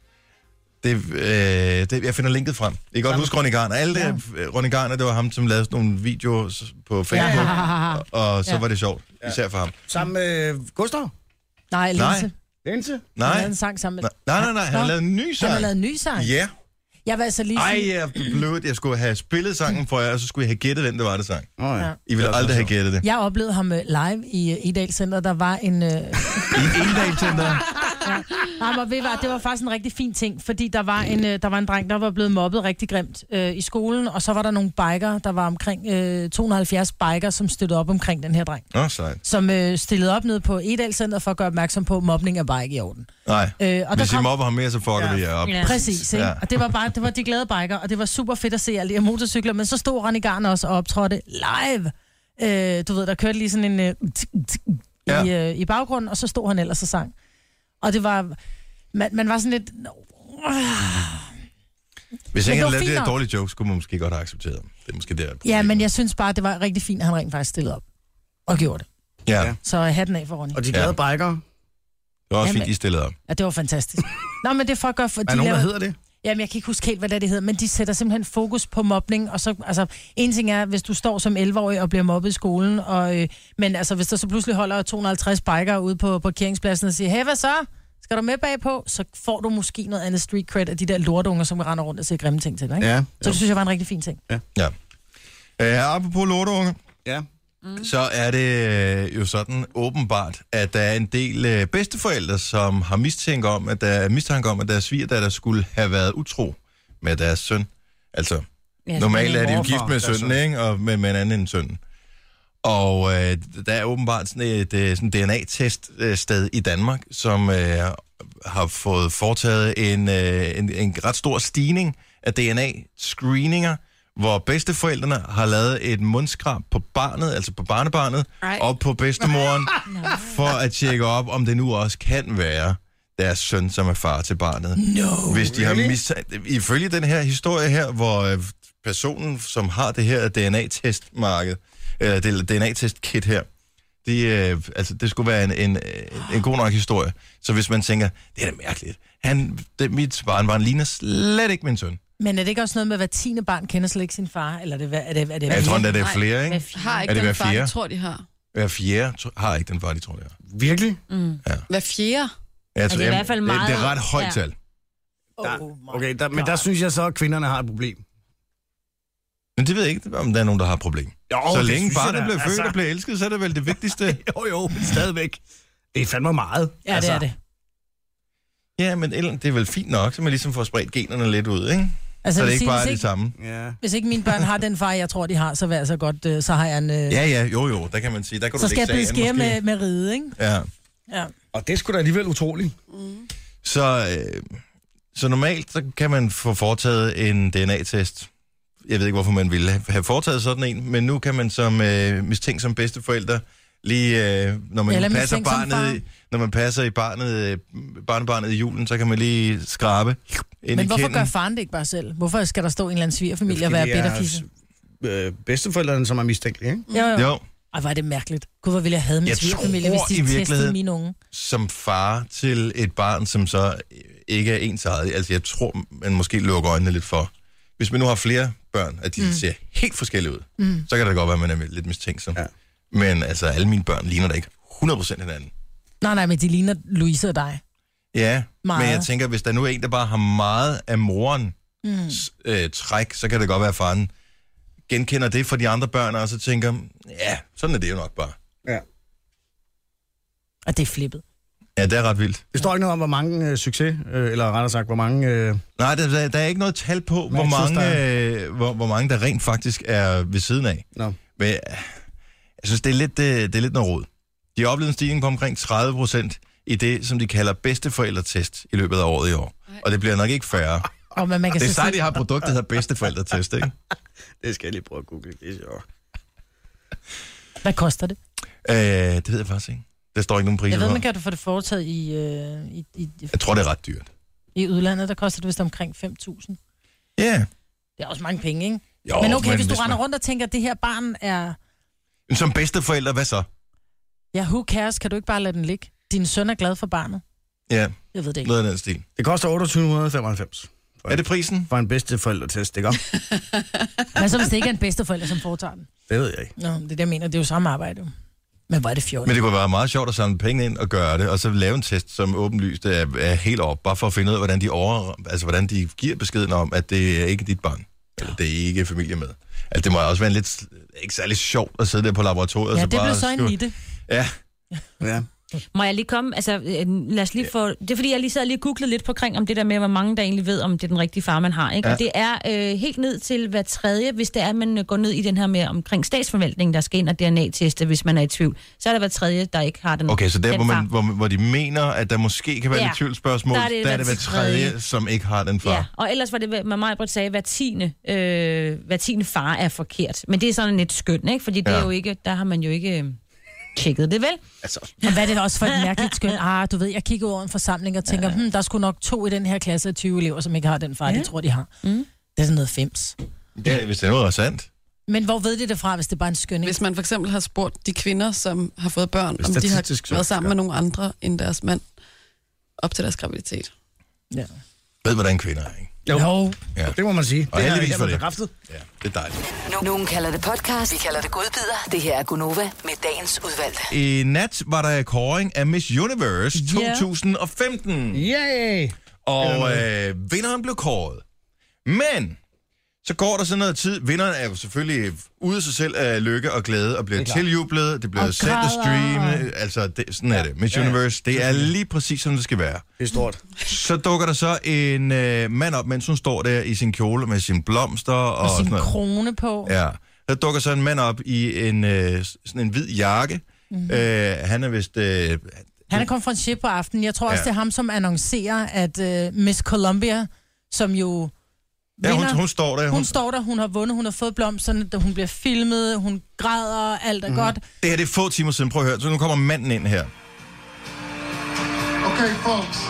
Jeg finder linket frem. Jeg kan godt huske Ronny Garner. Ronny Garner, det var ham, som lavede sådan nogle videoer på Facebook. Og så var det sjovt. Især for ham. Sammen med Gustav? Nej, Linse. Linse? Nej. Han lavede en sang sammen med... Nej. Han har lavet en ny sang. Han har lavet en ny sang? Ja. Jeg vil altså lige sige... Jeg skulle have spillet sangen for jer, og så skulle jeg have gættet, hvem det var, der sang. Ja. I ville aldrig have gættet det. Jeg oplevede ham live i Edal Center. Der var en... I Edal Center? Ja. Det var faktisk en rigtig fin ting, fordi der var en dreng, der var blevet mobbet rigtig grimt i skolen, og så var der nogle biker, der var omkring 270 biker, som støttede op omkring den her dreng. Sejt. Som stillede op nede på Edal Center for at gøre opmærksom på mobning af bike i orden. Nej, hvis I mobber ham mere, så fucker vi jer op. Ja. Præcis, ikke? Ja. Og det var de glade biker, og det var super fedt at se alle de her motorcykler, men så stod Ronny Garner også og optrådte live. Du ved, der kørte lige sådan en i baggrunden, og så stod han ellers og sang. Og det var... Man var sådan lidt... Hvis ikke han lavede det dårlige jokes, skulle man måske godt have accepteret. Det er måske der. Ja, men jeg synes bare, det var rigtig fint, at han rent faktisk stillede op. Og gjorde det. Ja. Så hatten af for Ronny. Og de glade biker? Det var også fint, de stillede op. Ja, det var fantastisk. Nå, men det er for at gøre... Er nogen, der hedder det? Jamen, jeg kan ikke huske helt, hvad det hedder, men de sætter simpelthen fokus på mobning, og så, altså, en ting er, hvis du står som 11-årig og bliver mobbet i skolen, men altså, hvis der så pludselig holder 250 bikere ude på parkeringspladsen og siger, hey, hvad så? Skal du med bagpå? Så får du måske noget andet street cred af de der lortunger, som render rundt og siger grimme ting til dig, ikke? Ja. Så det synes jeg var en rigtig fin ting. Ja. Apropos lortunger. Ja. Så er det jo sådan åbenbart, at der er en del bedsteforældre, som har mistanke om, at deres svigerdatter skulle have været utro med deres søn. Altså, normalt er de jo gift med sønnen, ikke? Og med en anden end sønnen. Og der er åbenbart sådan et sådan DNA-teststed i Danmark, som har fået foretaget en ret stor stigning af DNA-screeninger, hvor bedsteforældrene har lavet et mundskrab på barnet, altså på barnebarnet, og på bedstemoren, for at tjekke op, om det nu også kan være deres søn, som er far til barnet. No, hvis de really? har ifølge den her historie her, hvor personen, som har det her DNA-testmarked, det DNA-testkit her, det skulle være en god nok historie. Så hvis man tænker, det er da mærkeligt. Mit barn ligner slet ikke min søn. Men er det ikke også noget med, at hver 10. barn kender slet ikke sin far? Eller er det Jeg tror, det er flere, ikke? Har Er ikke det den hver far, fjerde? de tror, de har. Hver fjerde har ikke den far, de tror, det er. Virkelig? Hver fjerde? Altså, det er i hvert fald meget. Det er ret højt tal. Okay, men der synes jeg så, at kvinderne har et problem. Men det ved jeg ikke, om der er nogen, der har et problem. Jo, Så det længe synes jeg barnet da. bliver født Altså- og bliver elsket, så er det vel det vigtigste. Jo, men stadigvæk. Det er fandme meget. Ja, det er det. Ja, men det er vel fint nok, så man ligesom får spredt generne lidt ud, ikke? Altså, Så det er vil ikke sige, bare hvis det ikke, samme. Ja. hvis ikke mine børn har den far, jeg tror, de har, så vil jeg så godt, så har jeg en... Ja, jo, der kan man sige, der kan så du skal jeg lægge blive sagen, skære måske. med ride, ikke? Ja. Ja. Og det er sgu da alligevel utroligt. Så normalt, så kan man få foretaget en DNA-test. Jeg ved ikke, hvorfor man ville have foretaget sådan en, men nu kan man som mistænkt som bedsteforælder lige, når man Eller passer mistænkt som barnet, når man passer i barnebarnet i julen, så kan man lige skrabe ind Men i hvorfor kinden. gør faren det ikke bare selv? Hvorfor skal der stå en eller anden svigerfamilie og være bitterfisse? Bedsteforældrene, som er mistænkelige, ikke? Jo, Ej, hvor er det mærkeligt. Gud, hvor ville jeg have min Jeg svigerfamilie, tror hvis i de testede virkeligheden- mine unge. som far til et barn, som så ikke er ens eget. Altså, jeg tror, man måske lukker øjnene lidt for. Hvis man nu har flere børn, at de ser helt forskellige ud, så kan det godt være, at man er lidt mistænksom. Ja. Men altså, alle mine børn ligner da ikke 100% hinanden. Nej, men de ligner Louise og dig. Ja, Meget. men jeg tænker, hvis der nu er en, der bare har meget af morens træk, så kan det godt være, at faren genkender det for de andre børn, og så tænker, ja, sådan er det jo nok bare. Ja. Og det er flippet. Ja, det er ret vildt. Det står ikke noget om, hvor mange succes, eller rettere sagt, hvor mange... Nej, der er ikke noget tal på, hvor mange der rent faktisk er ved siden af. Nå. Men jeg synes, det er lidt noget råd. De har oplevet en stigning på omkring 30% i det, som de kalder bedsteforældretest i løbet af året i år. Og det bliver nok ikke færre. Og man kan Det er så sejt, sige, de har et produkt, der hedder bedsteforældretest, ikke? Det skal jeg lige prøve at google. Det er sjovt. hvad koster det? Det ved jeg faktisk ikke. Der står ikke nogen priser Jeg ved, på. man kan du få det foretaget Jeg tror, det er ret dyrt. i udlandet. Der koster det vist omkring 5.000. Ja. Yeah. Det er også mange penge, ikke? Jo, Men okay, hvis du man- render rundt og tænker, at det her barn er... Men som bedsteforælder, hvad så? Ja, who cares? Kan du ikke bare lade den ligge? Din søn er glad for barnet. Ja, Jeg ved det ikke. noget af den stil. Det koster 2895 Er det prisen? for en bedsteforældretest, ikke? Men så hvis det ikke er en bedsteforælder, som foretager den? Det ved jeg ikke. Nå, det er det, jeg mener. Det er jo samme arbejde. Jo. Men hvor er det fjort? Men det kunne være meget sjovt at samle penge ind og gøre det, og så lave en test, som åbenlyst er helt op, bare for at finde ud af, hvordan de giver beskeden om, at det er ikke dit barn, eller det er ikke familie med. Altså, det må også være lidt, ikke særlig sjovt at sidde der på laboratoriet. Ja, og det bare blev så en skrive- nitte. Ja, Ja. Må jeg lige komme? Altså, lad os lige få... Det er fordi, jeg lige sad og lige googlet lidt på kring om det der med, hvor mange der egentlig ved, om det er den rigtige far, man har. Ikke? Ja. Og det er helt ned til hver tredje, hvis det er, at man går ned i den her med omkring statsforvaltningen, der skal ind og DNA-teste, hvis man er i tvivl. Så er der hver tredje, der ikke har den. okay, så der, den far. hvor de mener, at der måske kan være Ja. lidt tvivlsspørgsmål, Der er det der er hver det hver tredje, tredje. som ikke har den far. Ja, og ellers var det, hvad Majbrit sagde, hver tiende far er forkert. Men det er sådan et skøn, ikke? Fordi det er jo ikke, der har man jo ikke tjekket det, vel? Altså, Og hvad er det også for et mærkeligt skøn? Du ved, jeg kigger over en forsamling og tænker, der er sgu nok 2 i den her klasse af 20 elever, som ikke har den far, de tror, de har. Det er sådan noget fems. Ja, hvis det er noget, der er sandt. Men hvor ved de det fra, hvis det er bare en skønning? Hvis man for eksempel har spurgt de kvinder, som har fået børn, Det er om de har statistisk været så, sammen med nogle andre end deres mand op til deres graviditet. Ja. Ved, hvordan kvinder er, ikke? Jo. Ja. det må man sige. Og Det er heldigvis for hermed det. bekræftet. Ja, det er dejligt. Nogen kalder det podcast, vi kalder det godbider. Det her er Gunova med dagens udvalgte. I nat var der kåring af Miss Universe 2015. Yay! Og vinderen blev kåret. Men så går der sådan noget tid. Vinderen er jo selvfølgelig ude af sig selv af lykke og glæde og bliver tiljublet. Det bliver Og sendt og græder. streame. Altså, sådan er det. Miss Universe, det er lige præcis, som det skal være. Det er stort. Så dukker der så en mand op, mens hun står der i sin kjole med sine blomster og Og sin sådan noget. krone på. Ja, Der dukker så en mand op i en sådan en hvid jakke. Mm-hmm. Han er vist... Han er konferencier på aftenen. Jeg tror også, det er ham, som annoncerer, at Miss Columbia, som jo vinder... Ja, hun står der. Hun står der, hun har vundet, hun har fået blomsterne, hun bliver filmet, hun græder, alt er godt. Det her det er få timer siden, prøv at høre. Så nu kommer manden ind her. Okay, folks.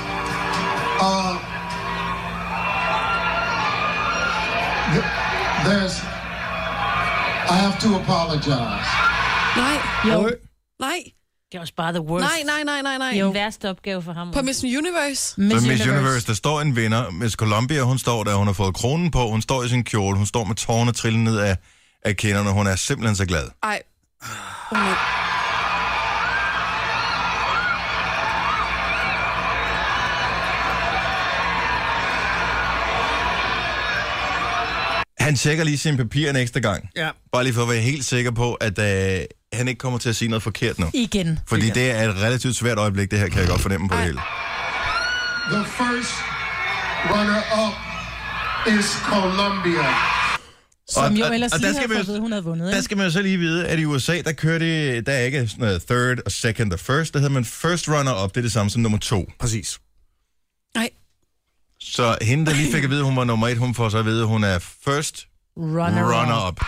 I have to apologize. Nej. Jo. Nej. Det er også bare the worst. Nej. Det er jo værste opgave for ham. På Miss Universe. Så Miss Universe, der står en vinder. Miss Columbia, hun står der, hun har fået kronen på, hun står i sin kjole, hun står med tårerne trillende ned af kinderne, hun er simpelthen så glad. Ej. Han tjekker lige sine papirer en ekstra gang. Ja. Bare lige for at være helt sikker på, at han ikke kommer til at sige noget forkert nu. Igen. Fordi det er et relativt svært øjeblik, det her kan jeg godt fornemme på det hele. The first runner-up is Colombia. Som jo ellers og lige der skal havde fået at hun havde vundet. Der skal man jo så lige vide, at i USA, der kører det, der er ikke sådan noget third og second og first. Der hedder man first runner-up, det er det samme som nummer 2. Præcis. Nej. Så hende, der lige fik at vide, hun var nummer 1, hun får så at vide, hun er first runner-up.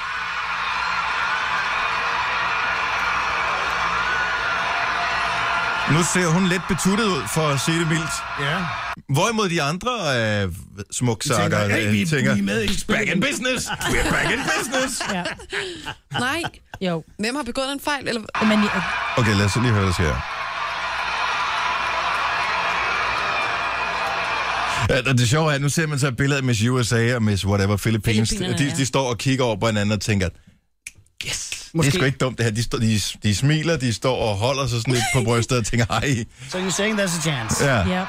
Nu ser hun lidt betuttet ud, for at sige det mildt. Ja. Hvorimod de andre smuksakker tænker, vi med i back in business! We're back in business! Ja. Nej. Jo. Hvem har begået en fejl? Eller... Men, Okay, lad os lige høre, hvad der sker. Ja, det sjove er, at nu ser man så et billede af Miss USA og Miss whatever, Philippines. De står og kigger over på hinanden og tænker, yes, måske. Det er sgu ikke dumt det her. De smiler, de står og holder sig sådan lidt på brystet og tænker, hej. So you're saying there's a chance? Ja. ja.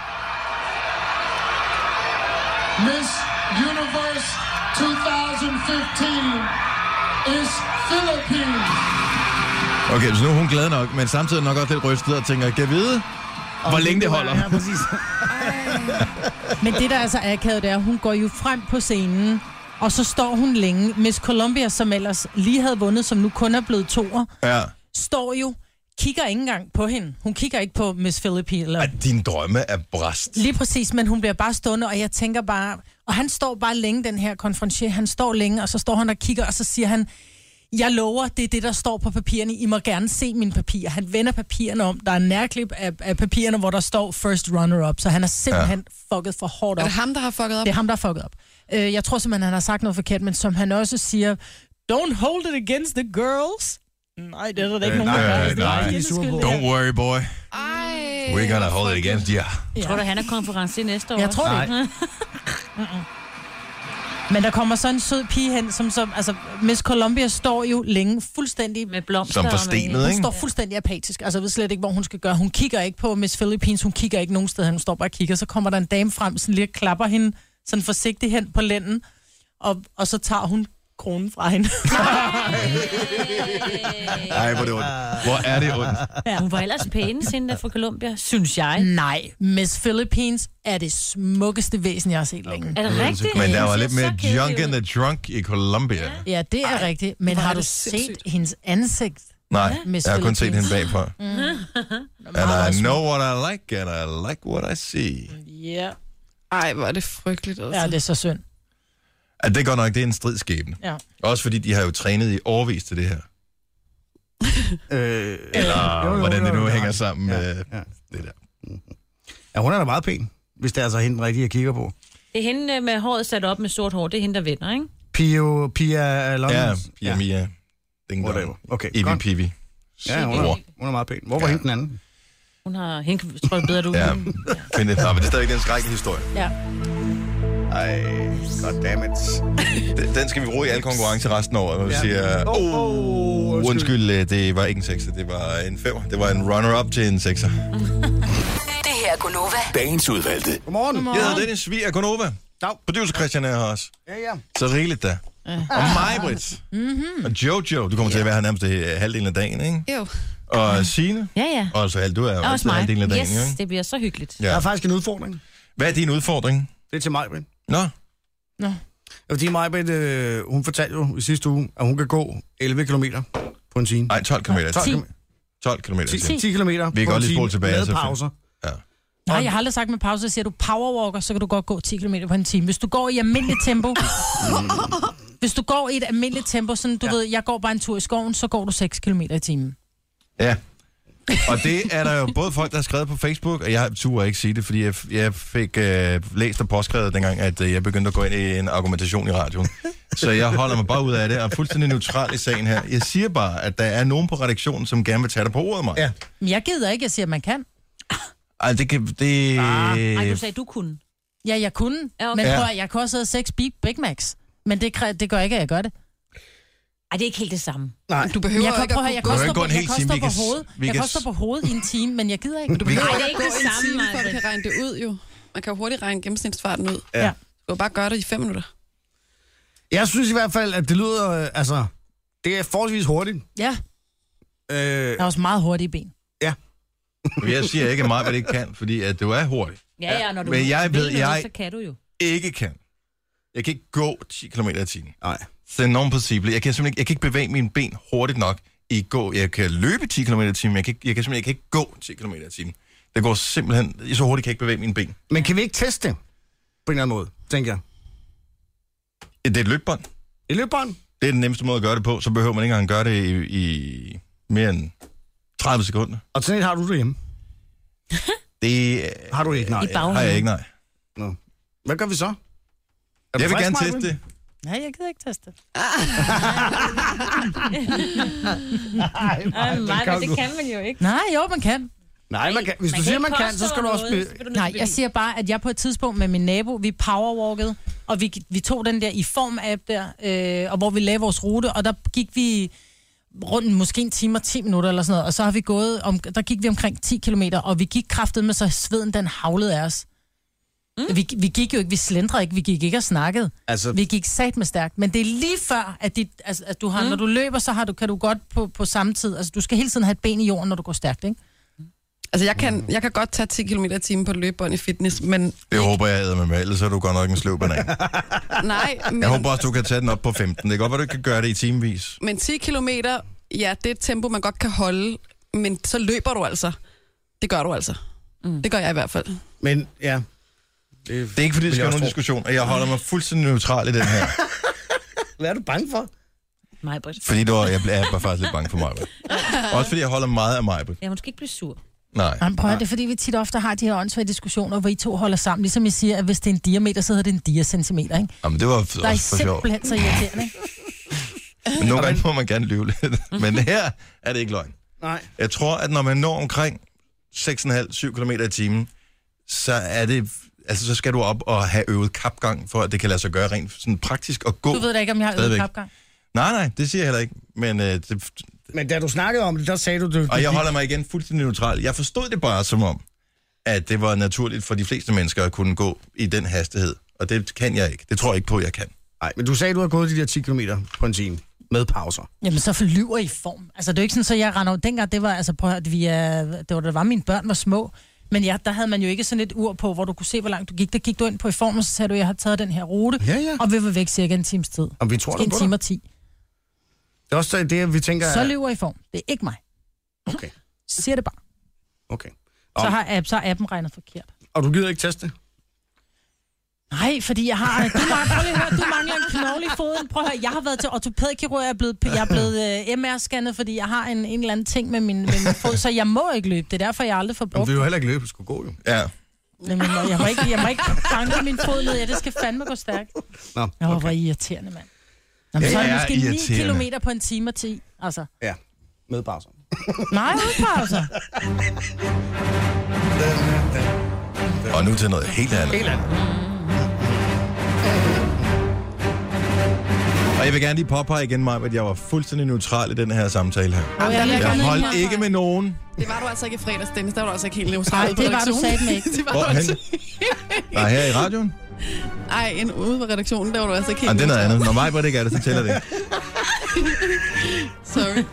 Miss Universe 2015 is Philippines. Okay, så nu er hun glad nok, men samtidig nok også lidt rystet og tænker, kan jeg vide, hvor længe det holder? Ja, præcis. Men det, der altså er akavet, det er, hun går jo frem på scenen, og så står hun længe. Miss Columbia, som ellers lige havde vundet, som nu kun er blevet 2'er, står jo, kigger ikke engang på hende. Hun kigger ikke på Miss Philippines. Eller... Din drømme er bræst. Lige præcis, men hun bliver bare stående, og jeg tænker bare... Og han står bare længe, den her konferencier. Han står længe, og så står han og kigger, og så siger han... Jeg lover, det er det, der står på papirerne. I må gerne se mine papirer. Han vender papirerne om. Der er en nærklip af papirerne, hvor der står first runner-up. Så han er simpelthen fucket for hårdt op. Er det ham, der har fucket op? Det er ham, der har fucket op. Jeg tror simpelthen, han har sagt noget forkert, men som han også siger, don't hold it against the girls. Nej, det er der ikke nogen, der gør. Don't worry, boy. Ej. We're gonna hold it against you. Ja. Tror du, han er konference næste år? Jeg tror det ikke. Men der kommer så en sød pige hen, som altså, Miss Columbia står jo længe fuldstændig med blomster. Som forstenet, ikke? Hun står fuldstændig apatisk. Altså, jeg ved slet ikke, hvor hun skal gøre. Hun kigger ikke på Miss Philippines, hun kigger ikke nogen steder, hun står bare og kigger. Så kommer der en dame frem, sådan lige klapper hende sådan forsigtigt hen på lænden, og så tager hun kronen fra hende. Ej, hvor er det ondt. Hvor er det ondt. Ja, hun var ellers pæne, Cinda fra Columbia, synes jeg. Nej, Miss Philippines er det smukkeste væsen, jeg har set længe. Er det rigtigt? Men der var lidt mere junk in the trunk i Columbia. Ja, det er rigtigt. Men har du set hendes ansigt? Nej, Miss jeg har kun set hende Philippines. bagfra. And I know what I like, and I like what I see. Ja. Ej, hvor er det frygteligt. Altså. Ja, det er så synd. At det går nok, det er en stridskæbne. Ja. Også fordi de har jo trænet i årevis til det her. Eller hvordan det nu hænger sammen med det der. Ja, hun er da meget pæn, hvis det er altså hende, den rigtige, jeg kigger på. Det er hende med håret sat op med sort hår, det er hende, der vinder, ikke? Pia London. Ja, Pia Mia. Whatever. Okay, Evie godt. Pivi. Ja, hun er meget pæn. Hvor var hende den anden? Hun har, hende tror jeg bedre, du Ja, men det er stadig en skrækkelig historie. Ja. Ej, goddammit. Den skal vi bruge i alle konkurrencer resten af året, hvor vi siger, undskyld, det var ikke en 6'er, det var en 5'er. Det var en runner-up til en 6'er. Det her er Gunova. Dagens udvalgte. Godmorgen. Jeg hedder Dennis Svig af Gunova. Dag. Producer Christian er her også. Ja. Så rigeligt da. Og mig, Britt. Og Jojo, du kommer til at være her nærmest halvdelen af dagen, ikke? Jo. Og Signe. Ja. Og så du er jo Også mig. halvdelen af dagen, Yes, ikke? det bliver så hyggeligt. Ja. Der er faktisk en udfordring. Hvad er din udfordring? Det er til mig, Britt. Nå? Fordi Majbrit, hun fortalte jo i sidste uge, at hun kan gå 11 kilometer på en time. Nej, 12 kilometer. 12 kilometer. 10 kilometer Vi kan på godt en lige time spole tilbage. med så pauser. Ja. Nej, jeg har aldrig sagt med pause, så siger du powerwalker, så kan du godt gå 10 km på en time. Hvis du går i almindeligt tempo, hvis du går i et almindeligt tempo, sådan du ved, jeg går bare en tur i skoven, så går du 6 km i timen. Ja. Og det er der jo både folk, der har skrevet på Facebook, og jeg turde ikke sige det, fordi jeg fik læst og påskrevet dengang, at jeg begyndte at gå ind i en argumentation i radioen. Så jeg holder mig bare ud af det, og er fuldstændig neutral i sagen her. Jeg siger bare, at der er nogen på redaktionen, som gerne vil tage dig på ordet, mig. Ja. Men jeg gider ikke, jeg siger, at man kan. Ej, det kan... Det... Ej, du sagde, du kunne. Ja, jeg kunne. Ja, okay. Men prøv at, jeg kan også have 6 Big Macs. Men det gør ikke, at jeg gør det. Ej, det er ikke helt det samme. Nej. Du behøver Jeg kan, ikke prøv, at jeg gå. kan Du også kan stå ikke gå en på hel time. hovedet. Vi Jeg kan kan også stå på hovedet i en time, men jeg gider ikke. Du behøver Nej, det er ikke ikke gå det en samme, time, for at du Majbrit. kan regne det ud, jo. Man kan jo hurtigt regne gennemsnitsfarten ud. Ja. Ja. Du kan bare gøre det i 5 minutter. Jeg synes i hvert fald, at det lyder, det er forholdsvis hurtigt. Ja, jeg er også meget hurtig i ben. Jeg siger ikke, at mig, hvad det ikke kan, fordi at du er hurtig. Ja, når du Men jeg ved, så kan du jo. Ikke kan. Jeg kan ikke gå 10 km i timen. Nej. Det er enormt possible. Jeg kan ikke bevæge mine ben hurtigt nok i gå. Jeg kan løbe 10 km i timen, jeg kan ikke gå 10 km i timen. Det går simpelthen... Så hurtigt kan jeg ikke bevæge mine ben. Men kan vi ikke teste det? På en eller anden måde, tænker jeg. Det er et løbbånd. Et løbbånd? Det er den nemmeste måde at gøre det på. Så behøver man ikke engang gøre det i mere end 30 sekunder. Og sådan et har du derhjemme? Det Har du ikke? Nej. har jeg ikke, nej. Nå. Hvad gør vi så? Jeg vil gerne teste det. Nej, jeg gider ikke teste det. Ej, men det kan man jo ikke. Nej, jo, man kan. Nej, man kan. Hvis du siger, man kan, så skal du også... Nej, jeg siger bare, at jeg på et tidspunkt med min nabo, vi powerwalkede, og vi tog den der i form-app der, og hvor vi lavede vores rute, og der gik vi rundt måske en time og 10 minutter eller sådan noget, og så har vi gået, der gik vi omkring 10 kilometer, og vi gik kraftet med, så sveden den havlede af os. Vi gik jo ikke, vi slendrede ikke, vi gik ikke og snakkede. Altså... Vi gik sat med stærkt, men det er lige før, at du har, når du løber, så kan du godt på samme tid, altså du skal hele tiden have et ben i jorden, når du går stærkt, ikke? Altså, jeg kan godt tage 10 km i timen på et løbebånd i fitness, men... Det håber jeg æder med, ellers er du godt nok en sløv banan. Nej, men... Jeg håber også, du kan tage den op på 15. Det er godt, at du ikke kan gøre det i timevis. Men 10 kilometer, ja, det er et tempo, man godt kan holde, men så løber du altså. Det gør du altså. Det gør jeg i hvert fald. Men, ja... Det er ikke, fordi det skal være nogen diskussion, og jeg holder mig fuldstændig neutral i den her. Hvad er du bange for? Majbrit. Fordi jeg er bare faktisk lidt bange for Majbrit. Også fordi jeg holder meget af Majbrit. Jeg måske ikke blive sur. Nej. Jamen, prøv at, det er fordi, vi tit ofte har de her åndssvage diskussioner, hvor I to holder sammen. Ligesom jeg siger, at hvis det er en diameter, så hedder det en diacentimeter, ikke? Jamen, det var Der er også for sjovt. simpelthen så irriterende, ikke? Men nogle gange må man gerne lyve lidt. Men her er det ikke løgn. Nej. Jeg tror, at når man når omkring 6,5-7 km i timen, så er det... Altså, så skal du op og have øvet kapgang, for at det kan lade sig gøre rent sådan praktisk at gå. Du ved da ikke, om jeg har øvet kapgang. Nej, det siger jeg heller ikke. Men da du snakkede om det, der sagde du... Og jeg holder mig igen fuldstændig neutral. Jeg forstod det bare som om, at det var naturligt for de fleste mennesker at kunne gå i den hastighed. Og det kan jeg ikke. Det tror jeg ikke på, jeg kan. Nej, men du sagde, du har gået de der 10 km på en time med pauser. Jamen, så forlyver I form. Altså, det er jo ikke sådan, så jeg render ud. Dengang, det var, altså, prøv at det var mine børn var små. Men ja, der havde man jo ikke sådan et ur på, hvor du kunne se, hvor langt du gik. Der gik du ind på i form, og så sagde du, jeg har taget den her rute, og vi var væk cirka en times tid. Og vi tror en time og 10. Det er også det, vi tænker... Så lyver I form. Det er ikke mig. Okay. Siger det bare. Okay. Så har appen regnet forkert. Og du gider ikke teste? Nej, fordi jeg har... Prøv lige at høre, du mangler en knogle i foden. Prøv at høre, jeg har været til ortopædkirurg, jeg er blevet MR-scannet, fordi jeg har en eller anden ting med min fod, så jeg må ikke løbe. Det er derfor, jeg aldrig får brugt. Men du vil jo heller ikke løbe, du skulle gå jo. Ja. Jamen, jeg må ikke banke min fod ned. Ja, det skal fandme gå stærkt. Nå, okay. Hvor irriterende, mand. Jamen, så er det måske 9 kilometer på en time og 10. Altså. Ja, med pauser. Nej, uden pauser. Og nu til noget helt andet. Helt andet. Og jeg vil gerne lige påpege igen, Maja, at jeg var fuldstændig neutral i den her samtale her. Jeg holdt ikke med nogen. Det var du altså ikke i fredags, Dennis. Der var du altså ikke helt neutral. Nej, det var du sagt med ikke. Det var du altså Nej, her i radioen? Ej, ude på redaktionen, der var du altså ikke helt neutral. Det er noget andet. Når Maja ikke er det, så tæller det. Sorry.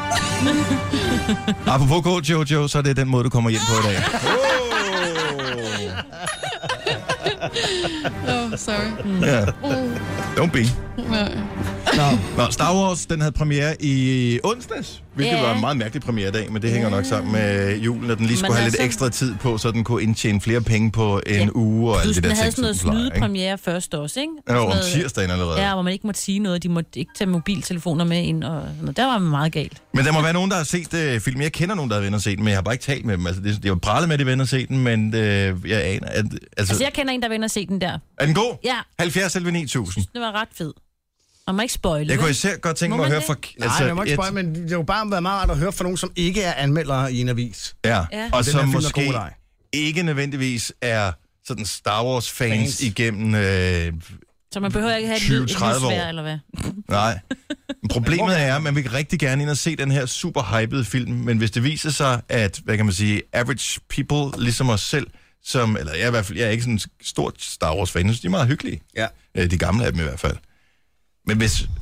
Apropos gå, Jojo, så er det den måde, du kommer hjem på i dag. Sorry. Ja. Don't be. Nå, Star Wars, den havde premiere i onsdags, hvilket var en meget mærkelig premieredag, men det hænger nok sammen med julen, og den lige skulle have lidt ekstra tid på, så den kunne indtjene flere penge på en uge og alt det der. Den havde sådan noget snydepremiere først også, ikke? Ja, om tirsdagen allerede. Ja, hvor man ikke måtte sige noget, de måtte ikke tage mobiltelefoner med ind, og sådan noget. Der var man meget galt. Men der må være nogen, der har set filmen. Jeg kender nogen, der har været og set den, men jeg har bare ikke talt med dem. Altså, de har pralet med, at de vil og se den, men jeg aner... Altså, jeg kender en, der vil og se den der. Er den god? Ja. 70 eller 9000. Det var ret fed. Man må ikke spoile. Jeg kunne især godt tænke mig at høre fra... Nej, jeg må ikke spoile, men det er jo bare været meget rart at høre fra nogen, som ikke er anmeldere i en avis. Ja. Og som måske ikke nødvendigvis er sådan Star Wars-fans igennem... Så man behøver ikke have et lysvær, eller hvad? Nej. Problemet er, at man vil rigtig gerne ind og se den her super hypede film, men hvis det viser sig, at, hvad kan man sige, average people, ligesom os selv, som, eller jeg er i hvert fald, jeg er ikke sådan en stort Star Wars-fan, så de er meget hyggelige. Ja. De gamle af dem i hvert fald. Men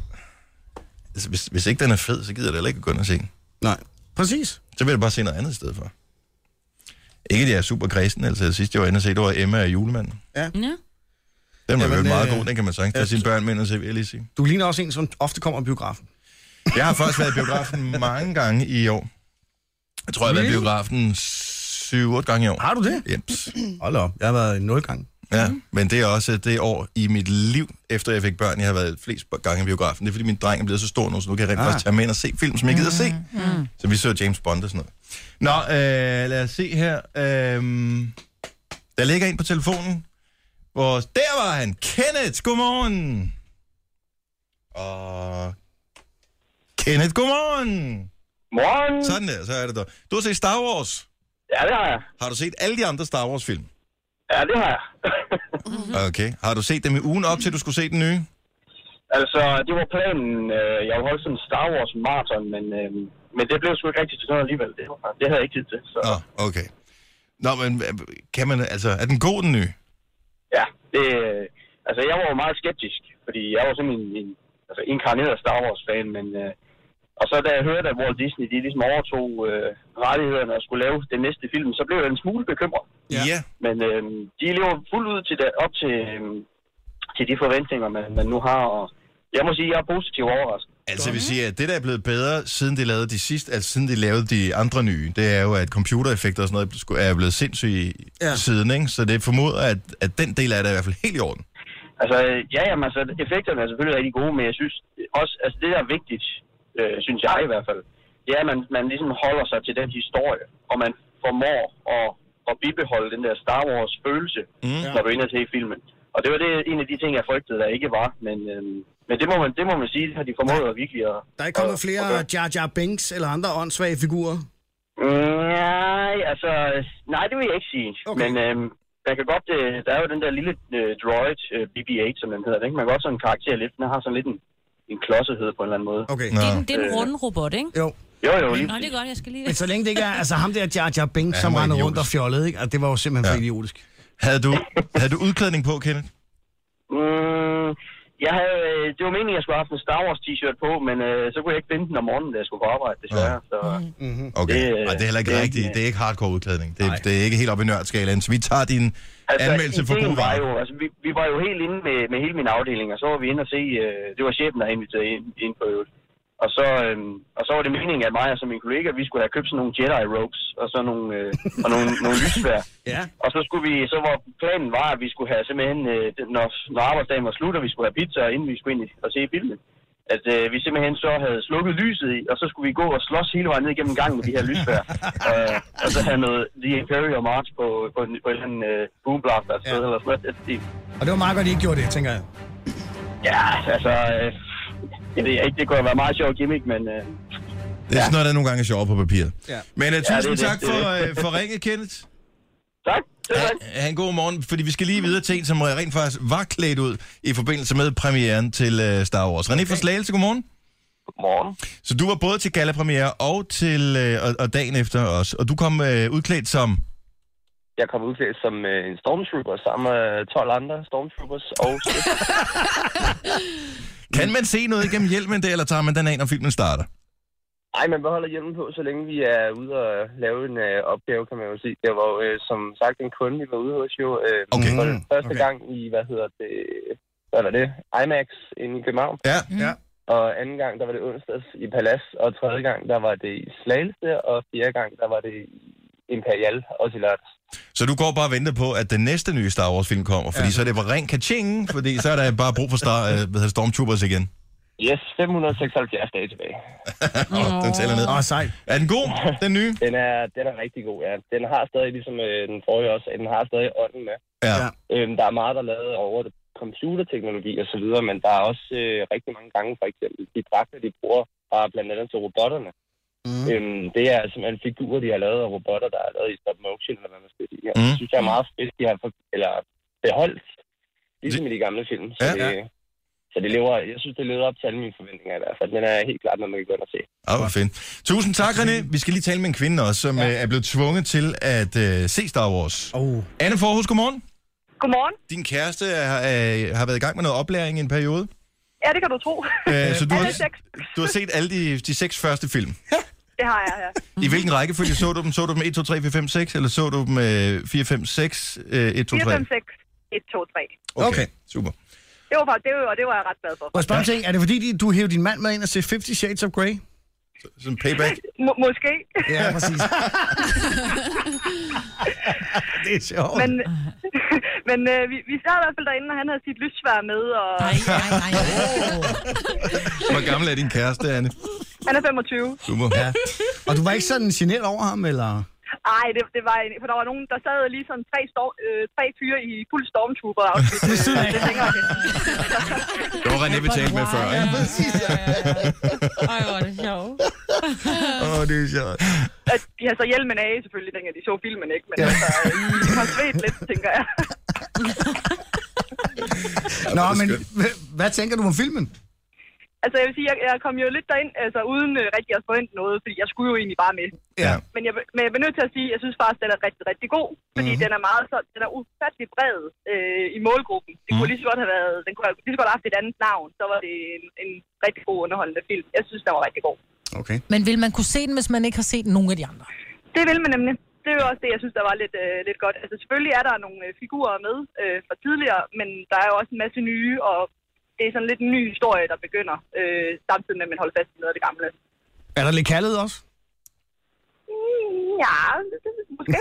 hvis ikke den er fed, så gider jeg heller ikke gå ind og se den. Nej, præcis. Så vil jeg bare se noget andet i stedet for. Ikke at jeg er super kredsen, altså sidst jeg var inde og se, det var Emma og Julemanden. Ja. Den var jo meget god, den kan man så ikke tage sine børn med ind og se, vil jeg lige sige. Du ligner også en, som ofte kommer i biografen. Jeg har faktisk været i biografen mange gange i år. Jeg tror, jeg har været i biografen 7-8 gange i år. Har du det? Jeps. Hold op, jeg har været 0 gange. Ja, men det er også det år i mit liv, efter jeg fik børn, jeg har været flest gange i biografen. Det er fordi min dreng er blevet så stor nu, så nu kan jeg rent faktisk tage med ind og se film, som jeg gider se. Så vi så James Bond og sådan noget. Nå, lad os se her. Der ligger en på telefonen. Der var han. Kenneth, godmorgen. Og Kenneth, godmorgen. Morgen. Sådan der, så er det der. Du har set Star Wars? Ja, det har jeg. Har du set alle de andre Star Wars-film? Ja, det har jeg. Okay. Har du set dem i ugen op til, du skulle se den nye? Altså, det var planen. Jeg ville holde sådan en Star Wars-marathon, men det blev sgu ikke rigtig til noget alligevel. Det havde jeg ikke tid til. Så. Okay. Nå, men kan man, altså, er den god, den nye? Ja, altså, jeg var jo meget skeptisk, fordi jeg var simpelthen en inkarneret Star Wars-fan, men... Og så da jeg hørte, at Walt Disney de ligesom overtog rettighederne og skulle lave den næste film, så blev jeg en smule bekymret. Ja. Men de lever fuldt ud op til de forventninger, man nu har. Og jeg må sige, at jeg er positivt overrasket. Altså, vi siger, at det, der er blevet bedre, siden de lavede de sidste, altså siden de lavede de andre nye, det er jo, at computereffekter og sådan noget er blevet sindssygt siden, ikke? Så det formoder, at den del af det er i hvert fald helt i orden. Altså, altså, effekterne er selvfølgelig rigtig gode, men jeg synes også, altså det der er vigtigt, synes jeg i hvert fald, det er, at man ligesom holder sig til den historie, og man formår at bibeholde den der Star Wars-følelse, når du er inde og se filmen. Og det var en af de ting, jeg frygtede, der ikke var, men det må man sige, det har de formået at virkelig at... Der er ikke kommet flere Jar Jar Binks eller andre åndssvage figurer? Nej, det vil jeg ikke sige. Okay. Men man kan godt, der er jo den der lille droid, BB-8, som den hedder, ikke? Man kan godt sådan en karakter lidt, den har sådan lidt en klodsethed på en eller anden måde. Okay. Det er en runde robot, ikke? Jo. Jo. Nå, det er godt, jeg skal lige... Men så længe det ikke er, altså ham der Jar Jar Binks, som render rundt og fjollede, ikke? Altså, det var jo simpelthen for idiotisk. Havde du udklædning på, Kenneth? Det var meningen, at jeg skulle have haft en Star Wars t-shirt på, men så kunne jeg ikke finde den om morgenen, da jeg skulle på arbejde, desværre. Så, okay, det er heller ikke rigtigt. Det er ikke hardcore udklædning. Det er ikke helt op i nørdskalaen, så vi tager din anmeldelse for god varer. Vi var jo helt inde med hele min afdeling, og så var vi inde og se, det var chefen, der havde inviteret ind på øvrigt. Og så var det meningen, at mig og min kollega, vi skulle have købt sådan nogle Jedi ropes og så nogle lysvær. Ja. Og så var planen var, at vi skulle have simpelthen, når arbejdsdagen var slut, og vi skulle have pizza, inden vi skulle ind og se filmen. At vi simpelthen så havde slukket lyset i, og så skulle vi gå og slås hele vejen ned igennem gangen med de her lysvær. Og så have noget The Imperial March på en eller anden boomblaster eller sådan noget. Og det var meget godt, at I ikke gjorde det, tænker jeg. Ja, altså... Jeg ved ikke, det kunne have været meget sjovt gimmick, men... det er sådan noget, der nogle gange er sjovere på papiret. Ja. Men tusind tak for ringet, Kenneth. Tak. Ha' en god morgen, fordi vi skal lige videre til en, som rent faktisk var klædt ud i forbindelse med premieren til Star Wars. René fra Slagelse, godmorgen. Godmorgen. Så du var både til gallapremiere og til og dagen efter os, og du kom udklædt som... Jeg kom udklædt som en stormtrooper sammen med 12 andre stormtroopers og... Kan man se noget igennem hjelmen der, eller tager man den af, når filmen starter? Nej, man beholder hjelmen på, så længe vi er ude og lave en opgave, kan man jo sige. Det var som sagt en kunde, vi var ude hos jo. For første gang i, hvad var det? IMAX inde i København. Ja. Og anden gang, der var det onsdags i Palads, og tredje gang, der var det i Slagelse, og fjerde gang, der var det i Imperial, også i lørdags. Så du går bare og venter på, at den næste nye Star Wars-film kommer, fordi så er det bare ren kaching, fordi så er der bare brug for Stormtroopers igen. Yes, 576 dage tilbage. Den tæller ned. Sejt. Er den god, den nye? Den er rigtig god, ja. Den har stadig, ligesom den forrige også, den har stadig ånden med. Ja. Der er meget, der er lavet over det computerteknologi og så videre, men der er også rigtig mange gange, for eksempel, de dragter, de bruger, bare blandt andet til robotterne. Det er simpelthen figurer, de har lavet af robotter, der er lavet i stop motion, eller hvad man skal sige. Det synes jeg er meget fedt, de har beholdt, ligesom i de gamle film. Så det lever, jeg synes, det lever op til alle mine forventninger i hvert fald. Den er helt klart, når man kan gå ind og se. Hvor fint. Tusind tak, René. Vi skal lige tale med en kvinde også, som er blevet tvunget til at se Star Wars. Anne Forhus, godmorgen. Godmorgen. Din kæreste har været i gang med noget oplæring i en periode. Ja, det kan du tro. Så du har set alle de 6 første film? Det har jeg, ja. I hvilken rækkefølge så du dem? Så du dem 1, 2, 3, 4, 5, 6, eller så du dem 4, 5, 6, 1, 2, 3? 4, 5, 6, 1, 2, 3. Okay, super. Det var jeg ret glad for. Og spørg ting, er det fordi, du hæver din mand med ind og ser 50 Shades of Grey? Som payback? Måske. Ja, præcis. Det er sjovt. Men vi sad i hvert fald derinde, og han havde sit lyssværd med. Og... Nej. Hvor gammel er din kæreste, Anne? Han er 25. Super. Ja. Og du var ikke sådan genert over ham, eller? Nej, det var for der var nogen, der sad lige sådan tre fyre i fuld stormtrooper. Det var René betalt med før, ikke? Ej, hvor er det sjovt. Det er sjovt. De har så hjelmen af, selvfølgelig, dengang de så filmen, ikke? Men altså, de har svedt lidt, tænker jeg. Nå, men hvad tænker du om filmen? Altså, jeg vil sige, jeg kom jo lidt derind, altså uden rigtig at forvente noget, fordi jeg skulle jo egentlig bare med. Ja. Men jeg bliver nødt til at sige, at jeg synes faktisk, at den er rigtig, rigtig god, fordi den er ufattelig bred i målgruppen. Det kunne lige så godt have været, den kunne lige så godt have haft et andet navn, så var det en rigtig god underholdende film. Jeg synes, den var rigtig god. Okay. Men vil man kunne se den, hvis man ikke har set nogen af de andre? Det vil man nemlig. Det er jo også det, jeg synes, der var lidt godt. Altså, selvfølgelig er der nogle figurer med fra tidligere, men der er jo også en masse nye, og det er sådan lidt en ny historie, der begynder, samtidig med, at man holder fast i noget af det gamle. Er der lidt kærlighed også? Ja, måske.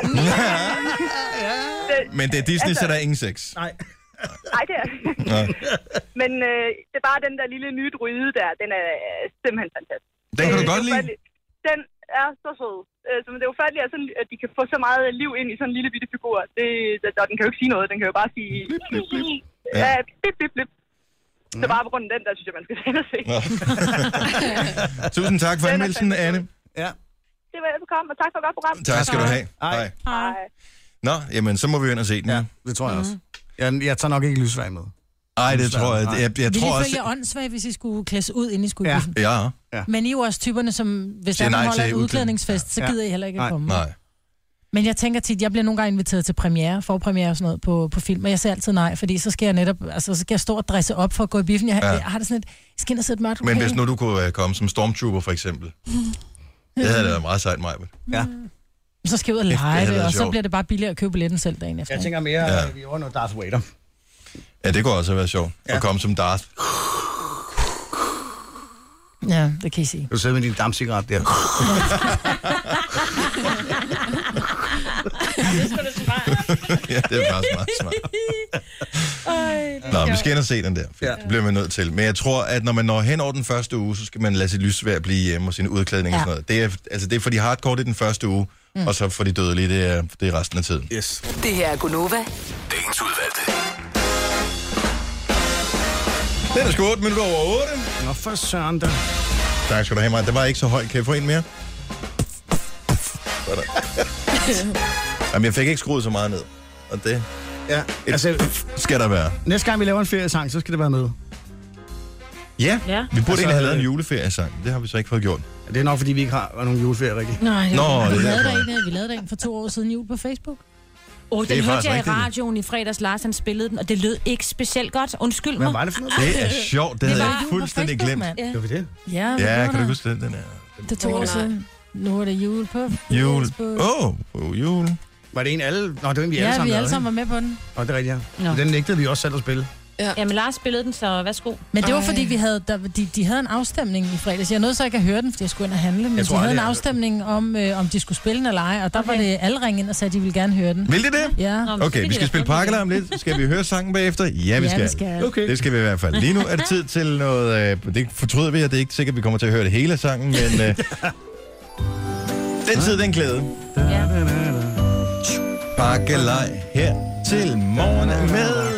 Men det er Disney, så der er ingen sex. Nej. Nej, det er Men det er bare den der lille nye druide der, den er simpelthen fantastisk. Den kan du godt lide? Den er så sød. Så det er ufatteligt, at de kan få så meget liv ind i sådan en lille bitte figur. Og den kan jo ikke sige noget, den kan jo bare sige... Ja, blip, blip, blip. Så bare på grund af den, der synes jeg, man skal se. Tusind tak for anmeldelsen, Anne. Ja. Det var velkommen, og tak for et godt program. Tak skal du have. Hej. Nå, jamen, så må vi ind og se den. Ja, det tror jeg også. Jeg tager nok ikke lysvej med. Nej, det tror jeg. Jeg tror også... Ville I følge åndssvagt, hvis I skulle klædes ud, inden I skulle i biffen? Ja. Men I er jo også typerne, som hvis der holder en udklædningsfest, så gider I heller ikke at komme. Nej. Men jeg tænker tit, jeg bliver nogle gange inviteret til forpremiere og sådan noget på film, og jeg siger altid nej, fordi så skal jeg netop, så skal jeg stå og dresse op for at gå i biffen. Jeg har det sådan et, jeg skal ind og sætte mørkt. Men hvis nu du kunne komme som Stormtrooper, for eksempel. Det havde da været meget sejt, Majbet. Ja. Så skal jeg ud og lege det, og så bliver det bare billigere at købe billetten selv dagen efter. Jeg tænker mere, at vi ordner Darth Vader. Ja, det kunne også have været sjovt. At komme som Darth. Ja, det kan I sige. Du sidder med din dampcigaret der. Det er sgu da smart. Ja, det er faktisk meget smart. Nå, vi skal ind og se den der. Det bliver man nødt til. Men jeg tror, at når man når hen over den første uge, så skal man lade sit lyssværd blive hjemme og sin udklædning og sådan noget. Det er for de hardcore, det er den første uge, og så for de dødelige, det er resten af tiden. Yes. Det her er Gunova. Dagens udvalgte. Den er sgu 8 minutter over 8. Nå, for søren da. Tak skal du have, mig. Det var ikke så højt. Kan jeg få en mere? Sådan. Jamen, jeg fik ikke skruet så meget ned. Og det skal der være. Næste gang vi laver en feriesang, så skal det være med. Ja, vi burde egentlig have lavet en juleferiesang. Det har vi så ikke fået gjort. Ja, det er nok, fordi vi ikke har nogen juleferie, rigtig. Nej, vi lavede der en for 2 år siden jul på Facebook. Den hørte jeg i radioen i fredags. Lars, han spillede den, og det lød ikke specielt godt. Undskyld mig. Hvad var det for noget? Det er sjovt, det havde jeg fuldstændig glemt. Gør vi det? Ja, kan du huske den er? Det 2 år siden. Nu er det jul på. Jul. Jul. Var det en alle? Nå, det var en, vi alle sammen lavede. Ja, vi alle sammen var med på den. Nå, det er rigtigt, ja. Den nægtede vi også selv at spille. Ja. Jamen, Lars spillede den, så værsgo. Men det var fordi, vi havde, de havde en afstemning i fredags. Jeg nåede så ikke at høre den, fordi jeg skulle ind og handle. Men de havde en afstemning om de skulle spille den eller ej. Og der var det alle ringe ind og sagde, at de ville gerne høre den. Vil de det? Ja. Okay, vi skal spille pakkelej om lidt. Skal vi høre sangen bagefter? Ja, vi skal. Okay. Det skal vi i hvert fald. Lige nu er det tid til noget... det fortryder vi, at det er ikke sikkert, at vi kommer til at høre det hele af sangen, men... den tid, den glæde. Ja. Pakkelej her til morgen med...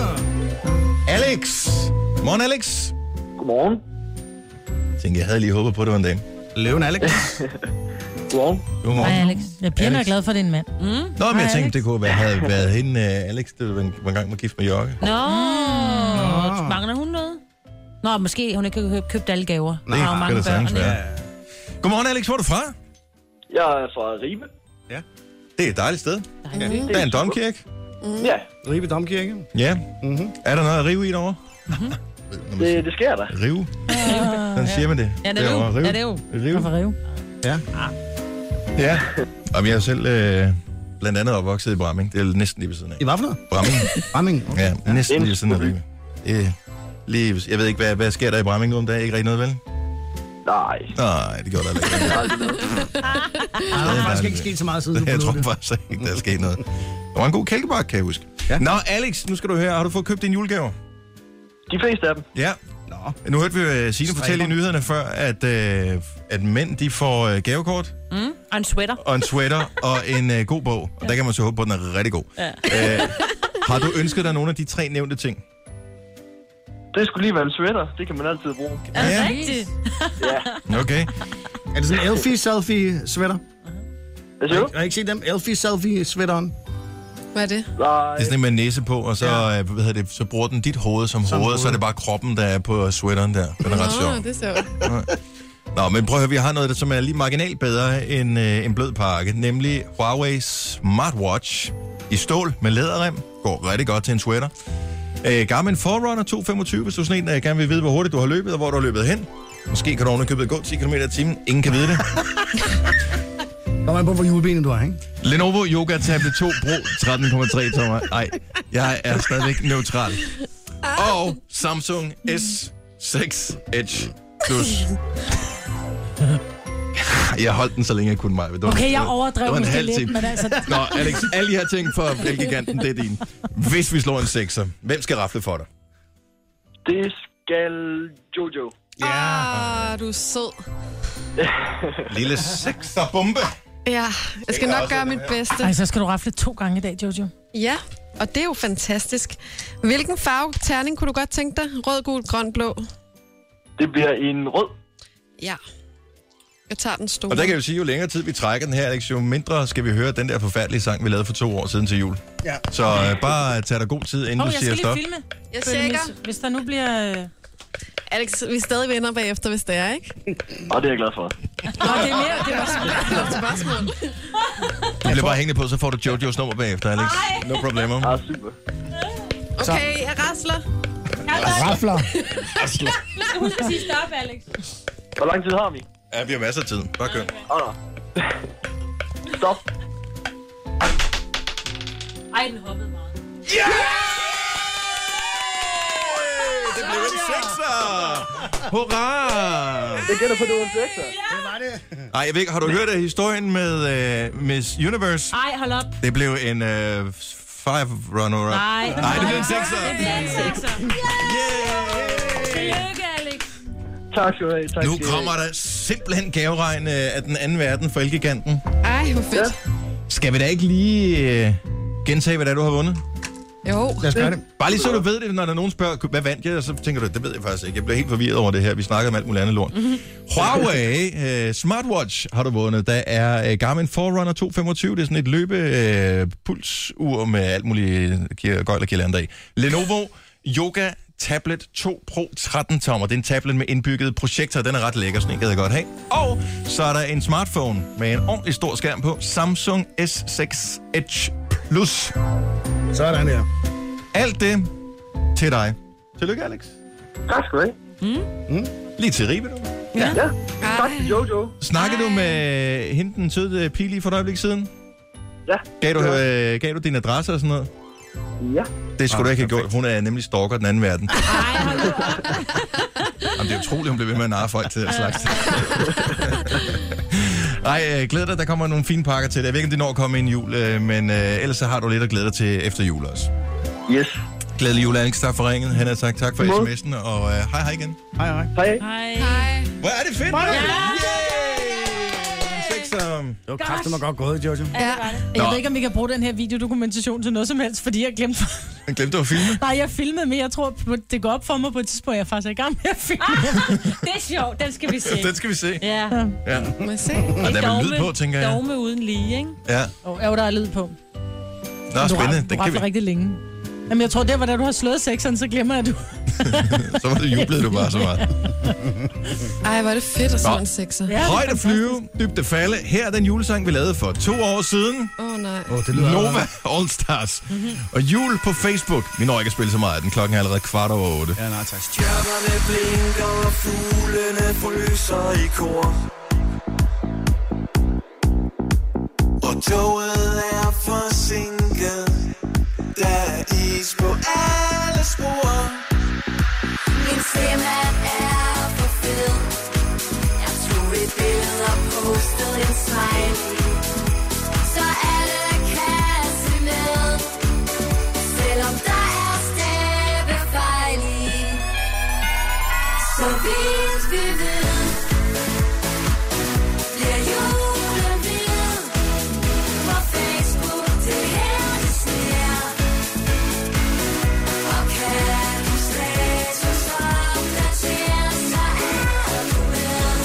Alex! Morgen, Alex! Godmorgen. Jeg havde lige håbet på, at det var en dame. Løven Alex. Godmorgen. Godmorgen. Hej, Alex. Jeg er glad for, din mand. Nå, men jeg tænkte, det kunne have været hende, Alex, der var engang med gift med Jørge. Mangler hun noget? Nå, måske hun ikke har købt alle gaver. Nej, har jo mange børn. Ja. Godmorgen, Alex. Hvor er du fra? Jeg er fra Ribe. Ja. Det er et dejligt sted. Ja. Der er en domkirke. Ja. Ribe Domkirke. Ja. Mm-hmm. Er der noget at rive i derovre? Det sker der. Rive? Sådan siger man det. Ja, det er jo. Ja, det er jo. Hvorfor rive? Ja. Ja. Og jeg er selv blandt andet opvokset i Bramming. Det er næsten lige ved siden af. I hvad for noget? Bramming. Bramming. Okay. Ja, næsten lige ved siden af Ribe. Lige, jeg ved ikke, hvad sker der i Bramming nu om dagen? Ikke rigtig noget, vel? Nej, det gjorde der ikke. Der er faktisk ikke sket så meget siden du Jeg tror faktisk ikke, der er sket noget. Der var en god kælkebakke, kan jeg huske. Ja. Nå, Alex, nu skal du høre. Har du fået købt dine julegaver? de fleste af dem. Ja. Nå. Nu hørte vi Signe fortælle i nyhederne før, at mænd de får gavekort. Og en sweater. Og en sweater og en god bog. Og der kan man så håbe på, at den er rigtig god. Ja. Har du ønsket dig nogle af de 3 nævnte ting? Det skulle lige være en sweater. Det kan man altid bruge. Er det rigtigt? Ja. Okay. Er det sådan en Elfie-selfie-sweater? Hvad siger du? Har I ikke set dem? Elfie-selfie-sweateren? Hvad er det? Nej. Det er sådan en med næse på, og så, så bruger den dit hoved som hoved, så er det bare kroppen, der er på sweateren der. Den er ret sjov. Det er sjovt. Nå, men prøv at høre, vi har noget, som er lige marginalt bedre end en blød pakke, nemlig Huawei Smartwatch i stål med læderrem. Går rigtig godt til en sweater. Garmin Forerunner 225, hvis du sådan en gerne vil vide, hvor hurtigt du har løbet, og hvor du har løbet hen. Måske kan du ovenikøbet gå 10 km i timen. Ingen kan vide det. Kommer man på, hvor julebenet du har, ikke? Lenovo Yoga Tablet 2 Pro 13,3 tommer. Nej, jeg er stadigvæk neutral. Og Samsung S6 Edge Plus. Jeg holdt den så længe jeg kunne mig. Okay, jeg overdrev måske lidt, time. men altså... Nå, Alex, alle de her ting for Elgiganten, det er din. Hvis vi slår en 6'er, hvem skal rafle for dig? Det skal Jojo. Ja. Du er sød. Lille 6'er bombe. Ja, jeg skal nok gøre mit bedste. Ej, så skal du rafle 2 gange i dag, Jojo. Ja, og det er jo fantastisk. Hvilken farve terning kunne du godt tænke dig? Rød, gul, grøn, blå? Det bliver en rød. Ja. Jeg tager den store. Og der kan jeg jo sige, jo længere tid vi trækker den her, Alex, jo mindre skal vi høre den der forfærdelige sang, vi lavede for 2 år siden til jul. Ja. Så bare tag dig god tid, inden du siger stop. Jeg tjekker. Hvis der nu bliver... Alex, vi er stadig venner bagefter, hvis det er, ikke? Og det er jeg glad for. Nå, det er mere. Det var spørgsmål. Du bliver bare hængende på, så får du Jojos nummer bagefter, Alex. No problemer. Ah, super. Okay, jeg rasler. Rafler. Du skal huske at sige stop, Alex. Hvor lang tid har vi? Ja, vi har masser af tid. Bare kør. Stop. Ej, den hoppede meget. Ja! Det blev en 6'er! Hurra! Jeg gætter på, det var en 6'er. Det var det. Ej, jeg ved ikke, har du hørt historien med Miss Universe? Ej, hold op. Det blev en 5 runner-up. Nej, det blev en 6'er. Det blev en 6'er. Tillykke, Alex. Tak skal du have. Tak Nu kommer der simpelthen gaveregn af den anden verden for Elgiganten. Ej, hvor fedt. Ja. Skal vi da ikke lige gentage, hvad det er, du har vundet? Jo. Lad os gøre det. Bare lige så du ved det, når der nogen spørger, hvad vandt jeg? Og så tænker du, det ved jeg faktisk ikke. Jeg bliver helt forvirret over det her. Vi snakker om alt muligt andet lort. Huawei Smartwatch har du vundet. Der er Garmin Forerunner 225. Det er sådan et løbepulsur med alt muligt gøjl og kirlander i. Lenovo Yoga Tablet 2 Pro 13 tommer. Det er en tablet med indbygget projektor. Den er ret lækker, sådan en kan jeg godt have. Og så er der en smartphone med en ordentlig stor skærm på. Samsung S6 Edge Plus. Sådan der. Alt det til dig. Tillykke, Alex. Tak skal du have. Lige til Ribe, du. Ja. Tak til Jojo. Snakkede du med hende, den søde pige, lige for et øjeblik siden? Ja. Gav du din adresse og sådan noget? Ja. Det skulle du ikke have gjort. Hun er nemlig stalker den anden verden. Jamen, det er utroligt, hun bliver ved med at narre folk til den slags. Ej, glæder dig, der kommer nogle fine pakker til dig. Jeg ved ikke, om det når at komme ind i jul, men ellers så har du lidt at glæde dig til efter jul også. Yes. Glædelig jul, Alex. Tak for ringen. Han har sagt tak for sms'en, og hej igen. Hej. Hvor er det fedt, man! Det var kraftigt mig godt gået, Jojo. Ja. Jeg ved ikke, om vi kan bruge den her videodokumentation til noget som helst, fordi jeg glemte... Han glemte at filme? Nej, jeg filmede, men jeg tror, det går op for mig på et tidspunkt. Jeg er faktisk i gang med at filme. Det er sjovt, den skal vi se. Den skal vi se. Ja. Må jeg se? Og der er vel lyd på, tænker jeg. Dogme uden lige, ikke? Ja. Jo, der er lyd på. Nå, spændende. Du har rigtig længe. Jamen, jeg tror, det var da du har slået sekseren, så glemmer jeg, du... Så var det jublede du bare så meget. Ej, hvor er det fedt at slå en sekser. Ja, højt at flyve, dybde falde. Her er den julesang, vi lavede for 2 år siden. Nej. Nova All Stars. Og jul på Facebook. Vi når ikke at spille så meget af den. Klokken er allerede 7:15. Ja, nej, tak. Stjernerne blinker, og fuglene fryser i kor. Og toget er forsinket. Der er is på alle spor. Min stemme er for fed. Jeg tog et billede og postede en smiley, så alle kan se med, selvom der er stavefejl i. Så vidt vi ved, bliver julen vild. På Facebook, det her det sner. Og kan du status opdatere, så er du med.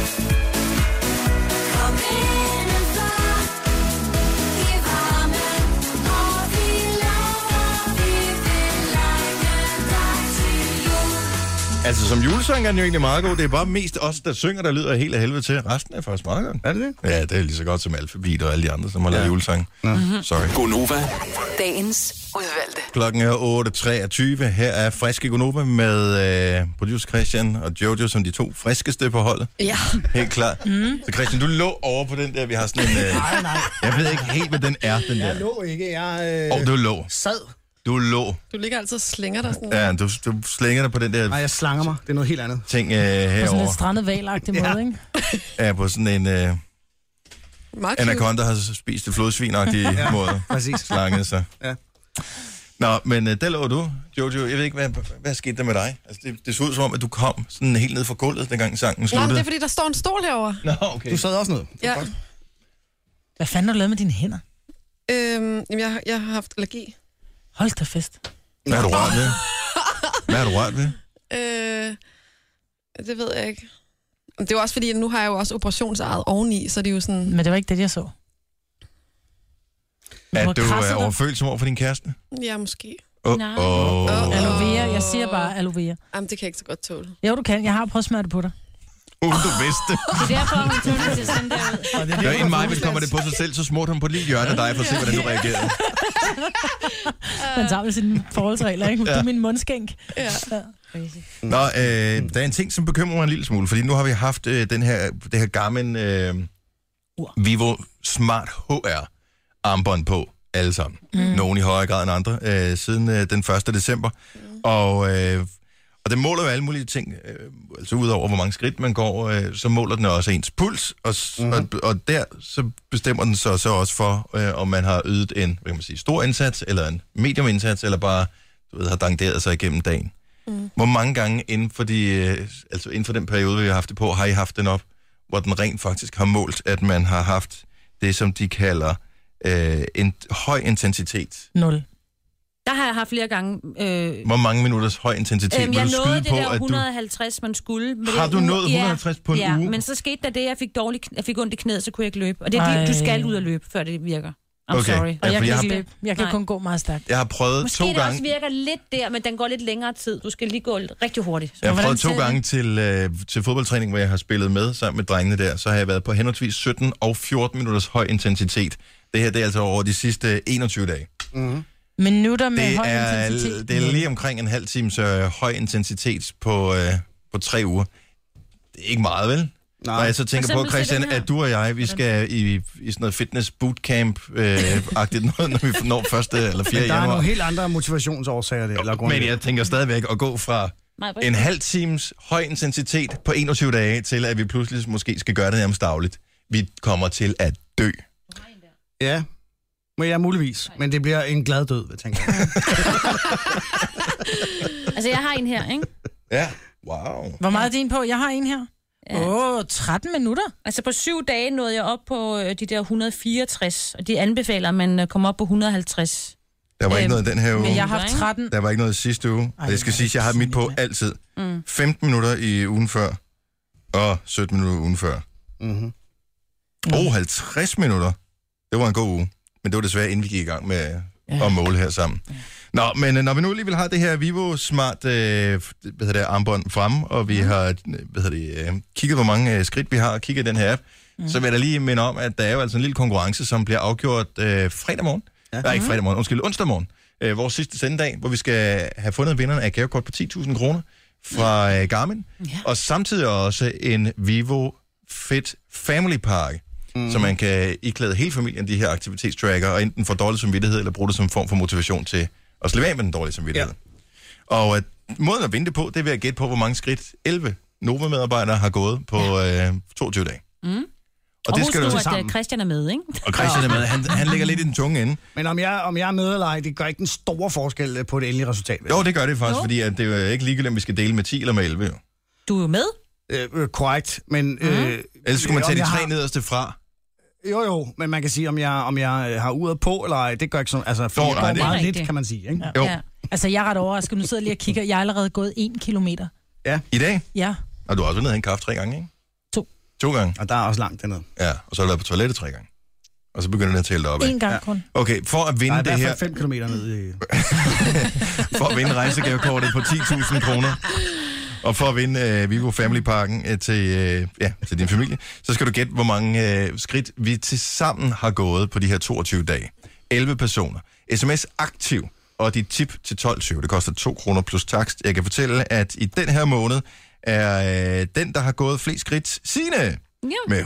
Kom indenfor i varmen, og vi lover, vi vil lege dig til jul. Altså, som julesang er den jo egentlig meget god. Det er bare mest os, der synger, der lyder helt af helvede til. Resten er faktisk meget godt. Er det det? Ja, det er lige så godt som Alphabet og alle de andre, som har lavet julesang. Sorry. Gonova. Dagens udvalgte. Klokken er 8:23. Her er Friske Gonova med producer Christian og Jojo som de 2 friskeste på holdet. Ja. Helt klart. Så Christian, du lå over på den der, vi har sådan en... Nej. Jeg ved ikke helt, hvad den er, den der. Jeg lå ikke, Du lå. sad. Du lå. Du ligger altid og slænger dig sådan. Ja, du slænger dig på den der... Nej, jeg slanger mig. Det er noget helt andet. Ting På sådan en herovre. strandet valagtig måde, ikke? Ja, på sådan en... Anaconda har spist et flodsvin-agtig måde. Præcis. Slanget sig. Ja. Nå, men der lå du, Jojo. Jeg ved ikke, hvad skete der med dig? Altså, det så ud som om, at du kom sådan helt ned fra gulvet, dengang sangen Nå, sluttede. det er fordi, der står en stol herovre. Nå, okay. Du sad også ned. Ja. Hvad fanden har du lavet med dine hænder? Jeg har haft allergi. Hold da fest. Hvad har du rørt ved? Hvad har du rørt ved? Det ved jeg ikke. Det er jo også fordi, nu har jeg jo også operationsejet oveni, så det er jo sådan... Men det var ikke det, jeg så. At du er overfølsom over for din kæreste? Ja, måske. Aloe vera. Jeg siger bare aloe vera. Jamen, det kan jeg ikke så godt tåle. Jo, du kan. Jeg har prøvet at smøre det på dig. Du vidste. Det er derfor, hun tog det til sådan der ud. Det er en mig, hvis kommer det på sig selv, så smurte hun på lige hjørnet af dig, for at se, hvordan du reagerede. Man tager vel sine forholdsregler, ikke? Du er min mundskænk. Ja. Nå, der er en ting, som bekymrer mig en lille smule, fordi nu har vi haft det her Garmin Vivo Smart HR armbånd på, alle sammen. Nogle i højere grad end andre, siden den 1. december. Og det måler jo alle mulige ting, altså udover hvor mange skridt man går, så måler den også ens puls, og der så bestemmer den så også for, om man har ydet en, hvad kan man sige, stor indsats, eller en medium indsats, eller bare, har danderet sig igennem dagen. Hvor mange gange inden for den periode, vi har haft det på, har I haft den op, hvor den rent faktisk har målt, at man har haft det, som de kalder en høj intensitet? 0. Der har jeg haft flere gange... Hvor mange minutters høj intensitet vil du skyde på? Jeg nåede det der 150, man skulle. Har du nået 150 på en uge? Ja, men så skete der det, jeg fik ondt i knæet, så kunne jeg ikke løbe. Og det er du skal ud og løbe, før det virker. Okay. Sorry. Og jeg kan ikke løbe. Jeg kan kun gå meget stærkt. Jeg har prøvet måske 2 gange... Måske det også virker lidt der, men den går lidt længere tid. Du skal lige gå rigtig hurtigt. Jeg har prøvet 2 gange til fodboldtræning, hvor jeg har spillet med sammen med drengene der. Så har jeg været på henholdsvis 17 og 14 minutters høj intensitet Det her, det er altså over de sidste 21 dage. Mm-hmm. Minutter med høj intensitet. Det er lige omkring en halv times høj intensitet på 3 uger. Det er ikke meget, vel? Nej. Når jeg så tænker på, Christian, at du og jeg, vi skal i sådan noget fitness bootcamp-agtigt noget, når vi når 1. eller 4. Men der januar. er nogle helt andre motivationsårsager. Det, eller Men jeg tænker stadigvæk at gå fra en halv times høj intensitet på 21 dage, til at vi pludselig måske skal gøre det nærmest dagligt. Vi kommer til at dø. Ja, men ja, muligvis. Men det bliver en glad død, jeg tænker. Altså, jeg har en her, ikke? Ja, wow. Hvor meget er din på? Jeg har en her. 13 minutter. Altså på 7 dage nåede jeg op på de der 164, og de anbefaler, at man kommer op på 150. Der var ikke noget den her uge. Men jeg har haft 13. Der var ikke noget sidste uge. Jeg skal sige, at jeg har mit på altid. 15 minutter i ugen før, og 17 minutter ugen før. Mm-hmm. 50 minutter. Det var en god uge. Men det var desværre, inden vi gik i gang med at måle her sammen. Nå, men når vi nu alligevel har det her Vivo Smart armbånd fremme, og vi har kigget, hvor mange skridt vi har, og kigget den her app, så vil jeg da lige minde om, at der er jo altså en lille konkurrence, som bliver afgjort fredag morgen. Ja. Nej, ikke fredag morgen, onsdag morgen. Vores sidste sendedag, hvor vi skal have fundet vinderne af et gavekort på 10.000 kroner fra Garmin. Ja. Og samtidig også en Vivo Fit Family Pakke, så man kan iklæde hele familien de her aktivitetstracker, og enten få dårlig samvittighed, eller bruge det som form for motivation til at slippe af med den dårlige samvittighed. Ja. Og måden at vinde det på, det er ved at gætte på, hvor mange skridt 11 Nova-medarbejdere har gået på 22 dage. Og det skal husk nu, at Christian er med, ikke? Og Christian er med. Han ligger lidt i den tunge ende. Men om jeg er med eller ej, det gør ikke den store forskel på det endelige resultat. Jo, det gør det faktisk, fordi at det er jo ikke ligegyldigt, om vi skal dele med 10 eller med 11. Jo. Du er jo med? Korrekt, men... Ellers skulle man tage de 3 nederste fra. Jo, men man kan sige, om jeg har uret på eller ej, det gør ikke sådan... Altså, for det er meget lidt, kan man sige, ikke? Ja. Altså, jeg er ret overrasket. Nu sidder jeg lige og kigger. Jeg er allerede gået 1 kilometer. Ja. I dag? Ja. Og du har også været nede i en kaffe 3 gange, ikke? 2 gange. Og der er også langt dernede. Ja, og så har du været på toilettet 3 gange. Og så begynder det at tælle op. 1 gang kun. Okay, for at vinde det her... Der er 5 kilometer ned i... For at vinde rejsegavekortet på 10.000 kroner, og for at vinde Vivo Family Parken til din familie, så skal du gætte, hvor mange skridt vi tilsammen har gået på de her 22 dage. 11 personer. SMS aktiv, og dit tip til 12.20. Det koster 2 kroner plus takst. Jeg kan fortælle, at i den her måned er den, der har gået flest skridt, Signe. Med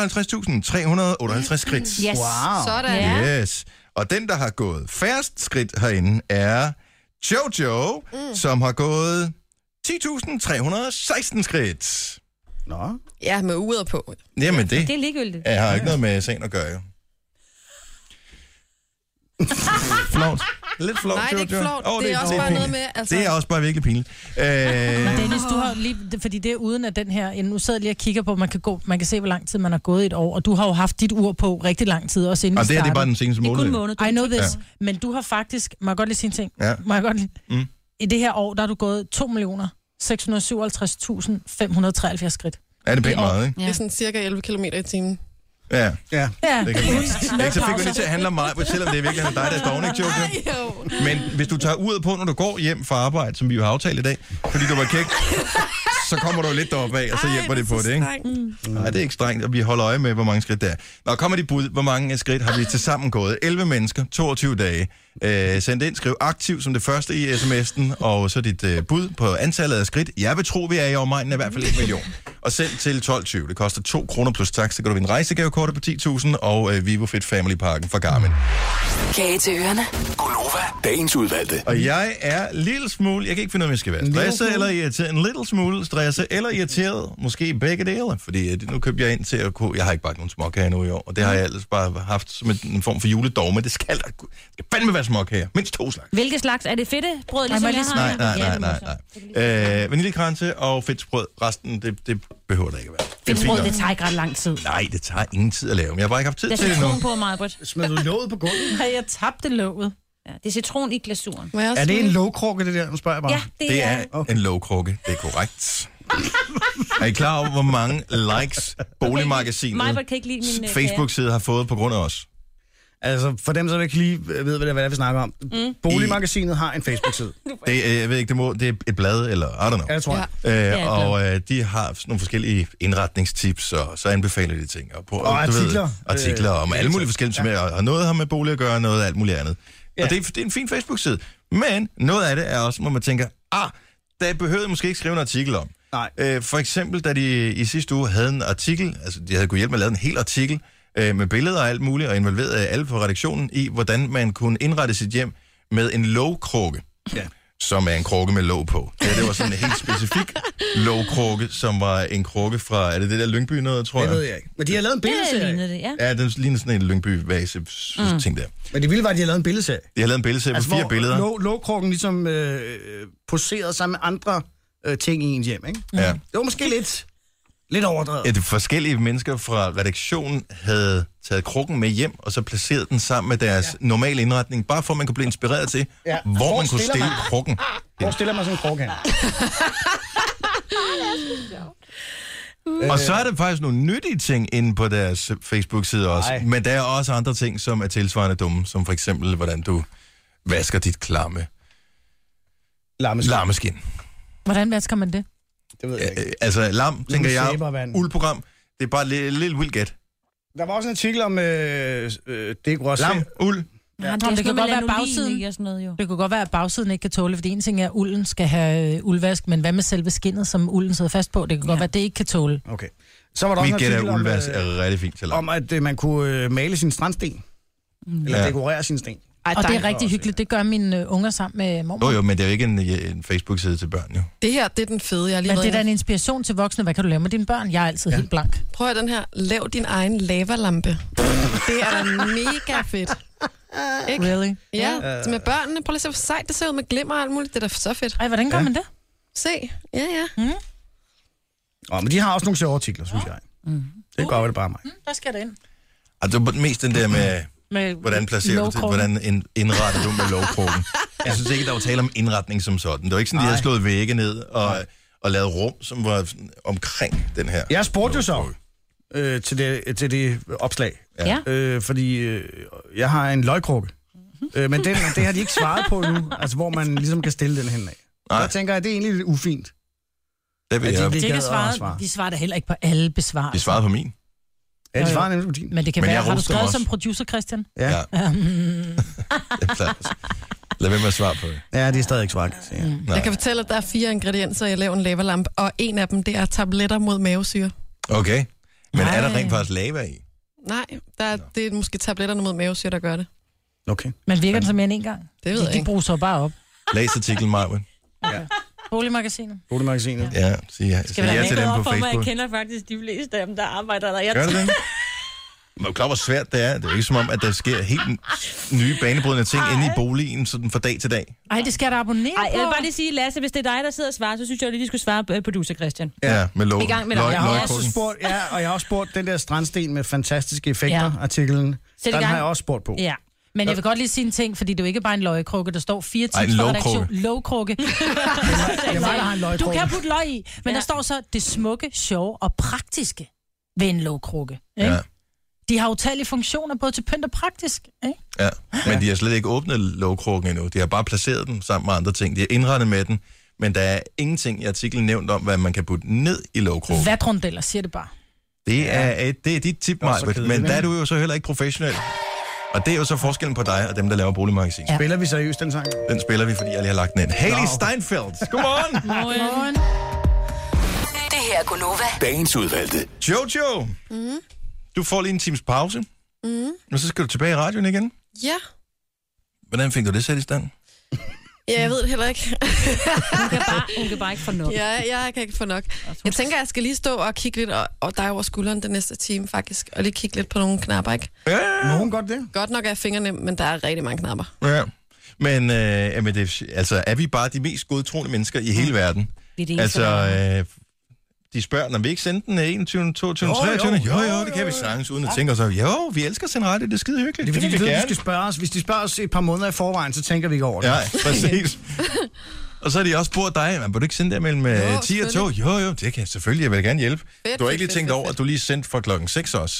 158.358 skridt. Yes. Wow. Sådan. Yes. Og den, der har gået færrest skridt herinde, er Jojo, som har gået 10.316 skridt. Nå. Ja, med uret på. Jamen det er ligegyldigt. Jeg har ikke noget med sagen at gøre, jo. Flot. Lidt flot, Nej, det er ikke flot. Det er også bare noget med... Altså... Det er også bare virkelig pinligt. Men Dennis, du har lige... Fordi det er uden at den her... Nu sidder jeg lige og kigger på, man kan se, hvor lang tid man har gået et år. Og du har jo haft dit ur på rigtig lang tid, også inden og det er bare den seneste måned. Det er kun måned. I know this. Ja. Men du har faktisk... Må jeg godt lige sige en ting? Ja. Må jeg godt lige... I det her år, der har du gået 2.657.573 skridt. Er det pænt meget, ikke? Ja. Det er sådan cirka 11 km i timen. Ja. Det kan man. Så fik vi det til at handle om mig, selvom det er virkelig dig, der er doven, ikke, Jojo? Men hvis du tager uret på, når du går hjem fra arbejde, som vi jo har aftalt i dag, fordi du var kæk, så kommer du lidt deroppe af, og så hjælper det på det, ikke? Nej, det er ikke strengt, og vi holder øje med, hvor mange skridt der er. Nå, kommer de bud, hvor mange skridt har vi til sammen gået? 11 mennesker, 22 dage. Send ind, skriv aktiv som det første i sms'en, og så dit bud på antallet af skridt. Jeg vil tro, vi er i omegnen af i hvert fald 1 million. Og send til 12.20. Det koster 2 kroner plus tak, så kan du vinde rejsegavekortet på 10.000 og Vivo Fit Family Parken fra Garmin. Kage til ørerne. Gunova, dagens udvalgte. Og jeg er en lille smule, jeg kan ikke finde ud af, om jeg skal være stresset eller irriteret. En lille smule stresset eller irriteret. Måske begge dele, fordi nu købte jeg ind til at kunne... Jeg har ikke bagt nogen småkager nu i år, og det har jeg ellers bare haft som en form for juledogme. Det skal fandme være småkager. Mindst 2 slags. Hvilke slags? Er det fedtebrød, ligesom jeg har? Nej. Vaniljekranse og fedtsprød. Resten, det behøver der ikke at være. Fedtsprød, det tager ikke ret lang tid. Nej, det tager ingen tid at lave. Men jeg har bare ikke haft tid til det nu. Der er citron på, Majbert. Smed du låget på gulvet? Nej, jeg tabte låget. Ja, det er citron i glasuren. Er det en lågkrukke, det der? Nu spørger jeg bare. Ja, det er en lågkrukke. Det er korrekt. Er I klar over, hvor mange likes Boligmagasinet Majbert kan ikke lide min Facebook-side har fået på grund af os? Altså, for dem, som ikke lige ved, hvad det er, vi snakker om. Boligmagasinet har en Facebook-side. Jeg ved ikke, det er et blad, eller I don't know. Ja, det tror jeg. De har nogle forskellige indretningstips, og så anbefaler de ting. Og artikler. Artikler om alle mulige forskellige ting, og noget har med bolig at gøre, noget alt muligt andet. Ja. Og det er en fin Facebook-side. Men noget af det er også, hvor man tænker, der behøvede måske ikke skrive en artikel om. Nej. For eksempel, da de i sidste uge havde en artikel, altså de havde kunnet hjælpe med at lave en hel artikel, med billeder og alt muligt, og involveret alle på redaktionen i, hvordan man kunne indrette sit hjem med en lågkrukke, som er en krukke med låg på. Det var sådan en helt specifik lågkrukke, som var en krukke fra, er det der Lyngby noget, tror jeg? Det ved jeg ikke. Men de har lavet en billedserie. Ja, den ligner sådan en Lyngby-vase-ting der. Men det vilde var, at de har lavet en billedserie. De har lavet en billedserie på 4 billeder. Lågkrukken ligesom poseret sammen med andre ting i ens hjem, ikke? Ja. Det var måske lidt overdrevet. De forskellige mennesker fra redaktionen havde taget krukken med hjem, og så placeret den sammen med deres normale indretning, bare for at man kunne blive inspireret til, hvor man kunne stille krukken. Hvor stiller man sådan en krukke her? Og så er der faktisk nogle nyttige ting inde på deres Facebook-side også, men der er også andre ting, som er tilsvarende dumme, som for eksempel, hvordan du vasker dit klamme lammeskin. Hvordan vasker man det? Det ved jeg ikke. Altså, lam, tænker jeg, uldprogram, det er bare lidt vildt gæt. Der var også en artikel om dekoration. Lam, uld. Ja, det kan godt være bagsiden. Det kunne godt være, at bagsiden ikke kan tåle, fordi en ting er, at ulden skal have uldvask, men hvad med selve skinnet, som ulden sidder fast på? Det kan godt være, at det ikke kan tåle. Okay. Så var der også en artikel er rigtig fint til om, at man kunne male sin strandsten. Eller dekorere sin sten. Og det er rigtig hyggeligt. Det gør mine unger sammen med mormor. Jo, men det er jo ikke en Facebook-side til børn, jo. Det her, det er den fede, jeg lige men det er da en inspiration til voksne. Hvad kan du lave med dine børn? Jeg er altid helt blank. Prøv at den her. Lav din egen lavalampe. Det er da mega fedt. Ikke? Really? Ja, med børnene. Prøv lige at se, hvor sejt det ser ud med glimmer og alt muligt. Det er da så fedt. Ej, hvordan gør man det? Se. Ja. Men de har også nogle sjove artikler, synes jeg. Det går det bare mig. Der skal det ind. Altså, mest den der med hvordan placerer du det? Hvordan indretter du med lågkrukken? Jeg synes ikke, der var tale om indretning som sådan. Det var ikke sådan, de havde slået vægge ned og lavet rum, som var omkring den her. Jeg spurgte jo så til det opslag. Ja. Fordi jeg har en løgkrukke. Men det har de ikke svaret på nu. Altså, hvor man ligesom kan stille den hen af. Jeg tænker, at det er egentlig lidt ufint. Det vil jeg. De svarer da heller ikke på alle besvarelser. De svarede på min. Ja, de svarer nemlig på din. Men det kan være, har du skrevet som producer, Christian? Ja. Lad være med at svare på det. Ja, det er stadig ikke svaret. Jeg kan fortælle, at der er 4 ingredienser, jeg laver en lavalampe, og en af dem, det er tabletter mod mavesyre. Okay. Men er der rent faktisk lava i? Nej, det er måske tabletterne mod mavesyre, der gør det. Okay. Men virker den så mere end en gang? Det ved jeg ikke. De bruger så bare op. Læs artiklen, Marvin. Ja. Boligmagasinet. Ja, sig ja til dem på Facebook. Jeg kender faktisk de fleste af dem, der arbejder der. Gør det det? Man er jo klar, hvor svært det er. Det er jo ikke som om, at der sker helt nye banebrydende ting inde i boligen sådan fra dag til dag. Ej, det skal der abonnere på. Jeg vil bare lige sige, Lasse, hvis det er dig, der sidder og svarer, så synes jeg, at de skulle svare på producer Christian. Ja, med lov. I gang med dig. Jeg har også spurgt, og jeg har også spurgt den der strandsten med fantastiske effekter, artiklen. Den har jeg også spurgt på. Ja. Men jeg vil godt lige sige en ting, fordi det er jo ikke bare en løgkrukke. Der står 4 tips for redaktion. Lågkrukke. Du kan putte løg i, men der står så det smukke, sjove og praktiske ved en lågkrukke. Ja. De har utallige funktioner, både til pynt og praktisk. Ikke? Ja, men de har slet ikke åbnet lågkrukken endnu. De har bare placeret den sammen med andre ting. De har indrettet med den, men der er ingenting i artiklen nævnt om, hvad man kan putte ned i lågkrukken. Vatrundeller, siger det bare. Det er dit tip, Majbert, men der er du jo så heller ikke professionel. Og det er jo så forskellen på dig og dem, der laver Boligmagasin. Ja. Spiller vi seriøst den sang? Den spiller vi, fordi jeg lige har lagt den ind. Haley Steinfeld, godmorgen! Godmorgen. Det her er Gunova. Dagens udvalgte. Jojo, du får lige en times pause, og så skal du tilbage i radioen igen. Ja. Hvordan fik du det sat i stand? Ja, jeg ved det heller ikke. Hun kan bare ikke få nok. Ja, jeg kan ikke få nok. Jeg tænker, jeg skal lige stå og kigge lidt og dig over skulderen den næste time, faktisk. Og lige kigge lidt på nogle knapper, ikke? Ja. Må hun godt det? Godt nok er fingrene, men der er rigtig mange knapper. Ja. Men er vi bare de mest godtroende mennesker i hele verden? De spørger, når vi ikke sendte den 21, 22, 23. Jo, det kan vi sagtens, uden at tænke os. Jo, vi elsker at sende radio, det er skide hyggeligt. Det er fordi, vi ved, de skal spørge os. Hvis de spørger os et par måneder i forvejen, så tænker vi ikke over det. Ja, præcis. Og så har de også spurgt dig, man, vil du ikke sende der mellem 10 og 2? Jo, det kan jeg selvfølgelig, jeg vil gerne hjælpe. Du har ikke lige tænkt over, at du lige sendte fra klokken 6 også? Nej.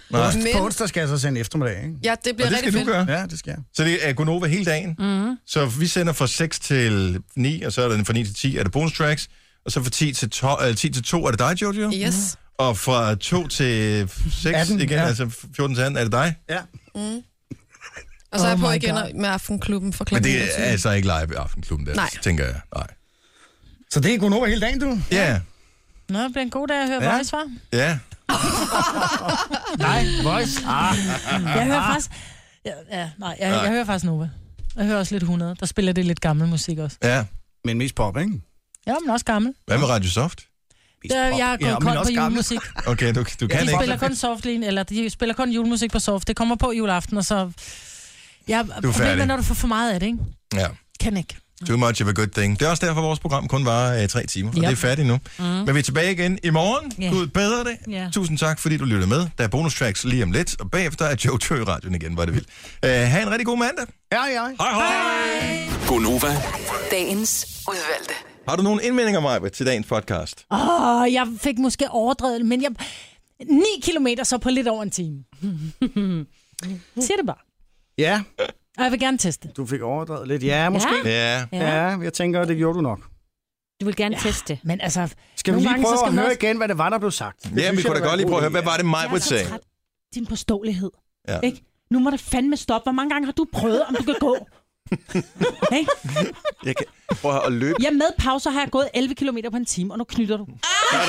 Nej. På onsdag skal jeg så sende eftermiddag, ikke? Ja, det bliver Og det rigtig skal fedt. du gøre. Ja, det skal jeg. Så det er Gonova hele dagen. Mm. Så vi sender fra 6 til 9, og så er det fra 9 til 10 er det bonus tracks. Og så fra 10 til 2 er det dig, Jojo. Yes. Og fra 2 til 6 18, igen, ja. altså 14 til 18, er det dig. Ja. Mm. Og så er jeg på igen med Aftenklubben for kl. Men det 21. er altså ikke live i Aftenklubben, der, Nej. tænker jeg. Nej. Så det er Gonova hele dagen, du? Ja. Nå, det bliver en god dag at høre Ja. Voice, var. Ja. Nej, Voice. Jeg hører faktisk... Jeg hører faktisk Nova. Jeg hører også lidt 100. Der spiller det lidt gammel musik også. Ja. Men mest pop, ikke? Ja, men også gammel. Hvad med Radio Soft? Jeg er gået kold på julemusik. Okay, du kan De ikke. spiller kun softline, eller de spiller kun julemusik på soft. Det kommer på juleaften, og så... Ja, problemet er, når du får for meget af det, ikke? Ja. Kan ikke. Too much of a good thing. Det er også derfor, vores program kun var 3 timer, og det er færdigt nu. Men vi er tilbage igen i morgen. Gud bedre det. Tusind tak, fordi du lyttede med. Der er bonus tracks lige om lidt, og bagefter er Jojo i radioen igen, var det vildt. Ha' en rigtig god mandag. Ja. Hej. Gonova. Dagens udvalgte. Har du nogle indvendinger, Maja, til dagens podcast? Jeg fik måske overdrevet, men 9 kilometer så på lidt over en time. Siger det bare. Ja. Og jeg vil gerne teste. Du fik overdrevet lidt. Ja, måske. Ja. Ja, jeg tænker, det gjorde du nok. Du vil gerne teste. Men altså... Skal vi lige prøve at høre igen, hvad det var, der blev sagt? Ja, vi kunne da godt lige prøve at høre, hvad var det, Maja sagde? Din påståelighed. Ja. Ikke? Nu må det fandme stoppe. Hvor mange gange har du prøvet, om du kan gå? Hey? Jeg kan prøve at løbe. Ja, med pauser har jeg gået 11 km på en time, og nu knytter du.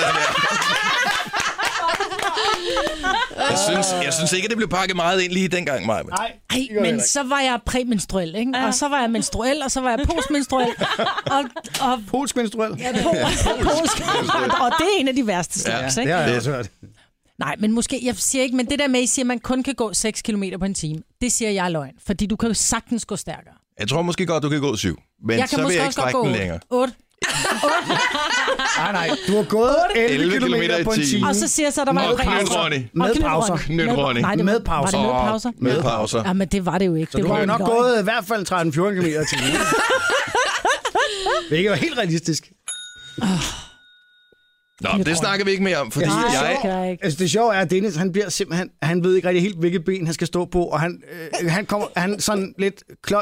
Jeg synes ikke, at det blev pakket meget ind lige dengang, Maja. Nej, men så var jeg præmenstruel, ikke? Og så var jeg menstruel, og så var jeg postmenstruel. Og postmenstruel? Ja, postmenstruel. Og det er en af de værste slags, ikke? Det har jeg også hørt. Nej, men måske, jeg siger ikke, men det der med, I siger, at man kun kan gå 6 km på en time, det siger jeg er løgn, fordi du kan jo sagtens gå stærkere. Jeg tror måske godt, du kan gå 7, men jeg så vil jeg ikke strække den længere. 8. Nej, du har gået 11 km på en time. Og så siger jeg så, der var med pauser. Knytronny. Nej, med pauser. Var det med pauser? Med pauser. Ja, men det var det jo ikke. Så det du var har jo nok gået i hvert fald 13-14 km i timen. Hvilket var helt realistisk. Nå, det snakker vi ikke mere om, fordi Altså, det sjove er, at Dennis, han bliver simpelthen, han ved ikke rigtig helt, hvilket ben han skal stå på, og han sådan lidt,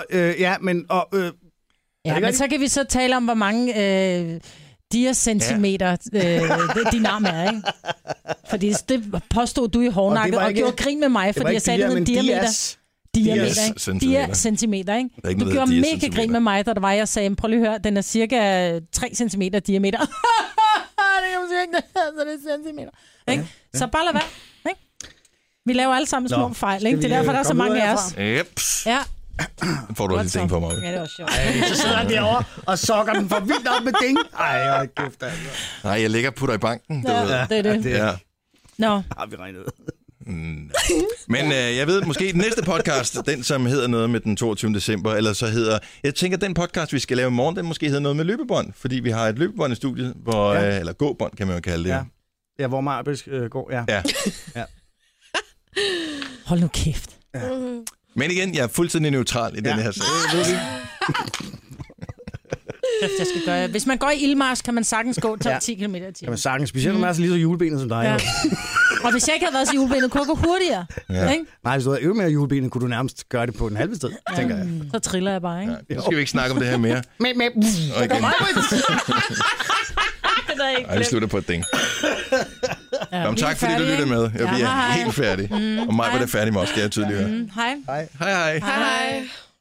men så kan vi så tale om, hvor mange diacentimeter din arm er, ikke? Fordi det påstod du i hårdnakket, og gjorde grin med mig, fordi jeg sagde, det hed diameter. Diacentimeter, ikke? Du gjorde mega grin med mig, da der var, jeg sagde, prøv lige at høre, den er cirka 3 centimeter diameter. Det kan man sige ikke, så det er centimeter. Ikke? Så bare lad være, ikke? Vi laver alle sammen små fejl, ikke? Det er derfor, der er så mange af os. Jeps. Ja. Får du også et ding for mig? Ja, det var sjovt. Så sidder han derovre og sokker den for vildt op med ding. Ej, kæft altså. Nej, jeg ligger og putter i banken. Ja, det er det. Ja. Nå. Har vi regnet. Men jeg ved, måske den næste podcast, den som hedder noget med den 22. december, eller så hedder... Jeg tænker, den podcast, vi skal lave i morgen, den måske hedder noget med løbebånd, fordi vi har et løbebånd i studiet, hvor, eller gåbånd, kan man jo kalde det. Ja, hvor Marbis går, ja. Hold nu kæft. Ja. Men igen, jeg er fuldstændig neutral i den her sag. Jeg skal gøre. Hvis man går i ildmarsch, kan man sagtens gå 10 km i timen. Kan man sagtens, specielt når man er så lige så julebenet som dig. Ja. Og hvis jeg ikke havde været så julebenet, kunne jeg gå hurtigere. Ja. Ikke? Nej, hvis du havde øvet med julebenet, kunne du nærmest gøre det på en halve sted, tænker jeg. Så triller jeg bare, ikke? Ja, nu skal vi ikke snakke om det her mere. Og igen. Ej, vi slutter på et ding. Jamen, tak fordi du lyttede med. Vi er helt færdige. Og mig var det færdig med os, skal jeg tydeligt høre. Hej. Hej. Hej.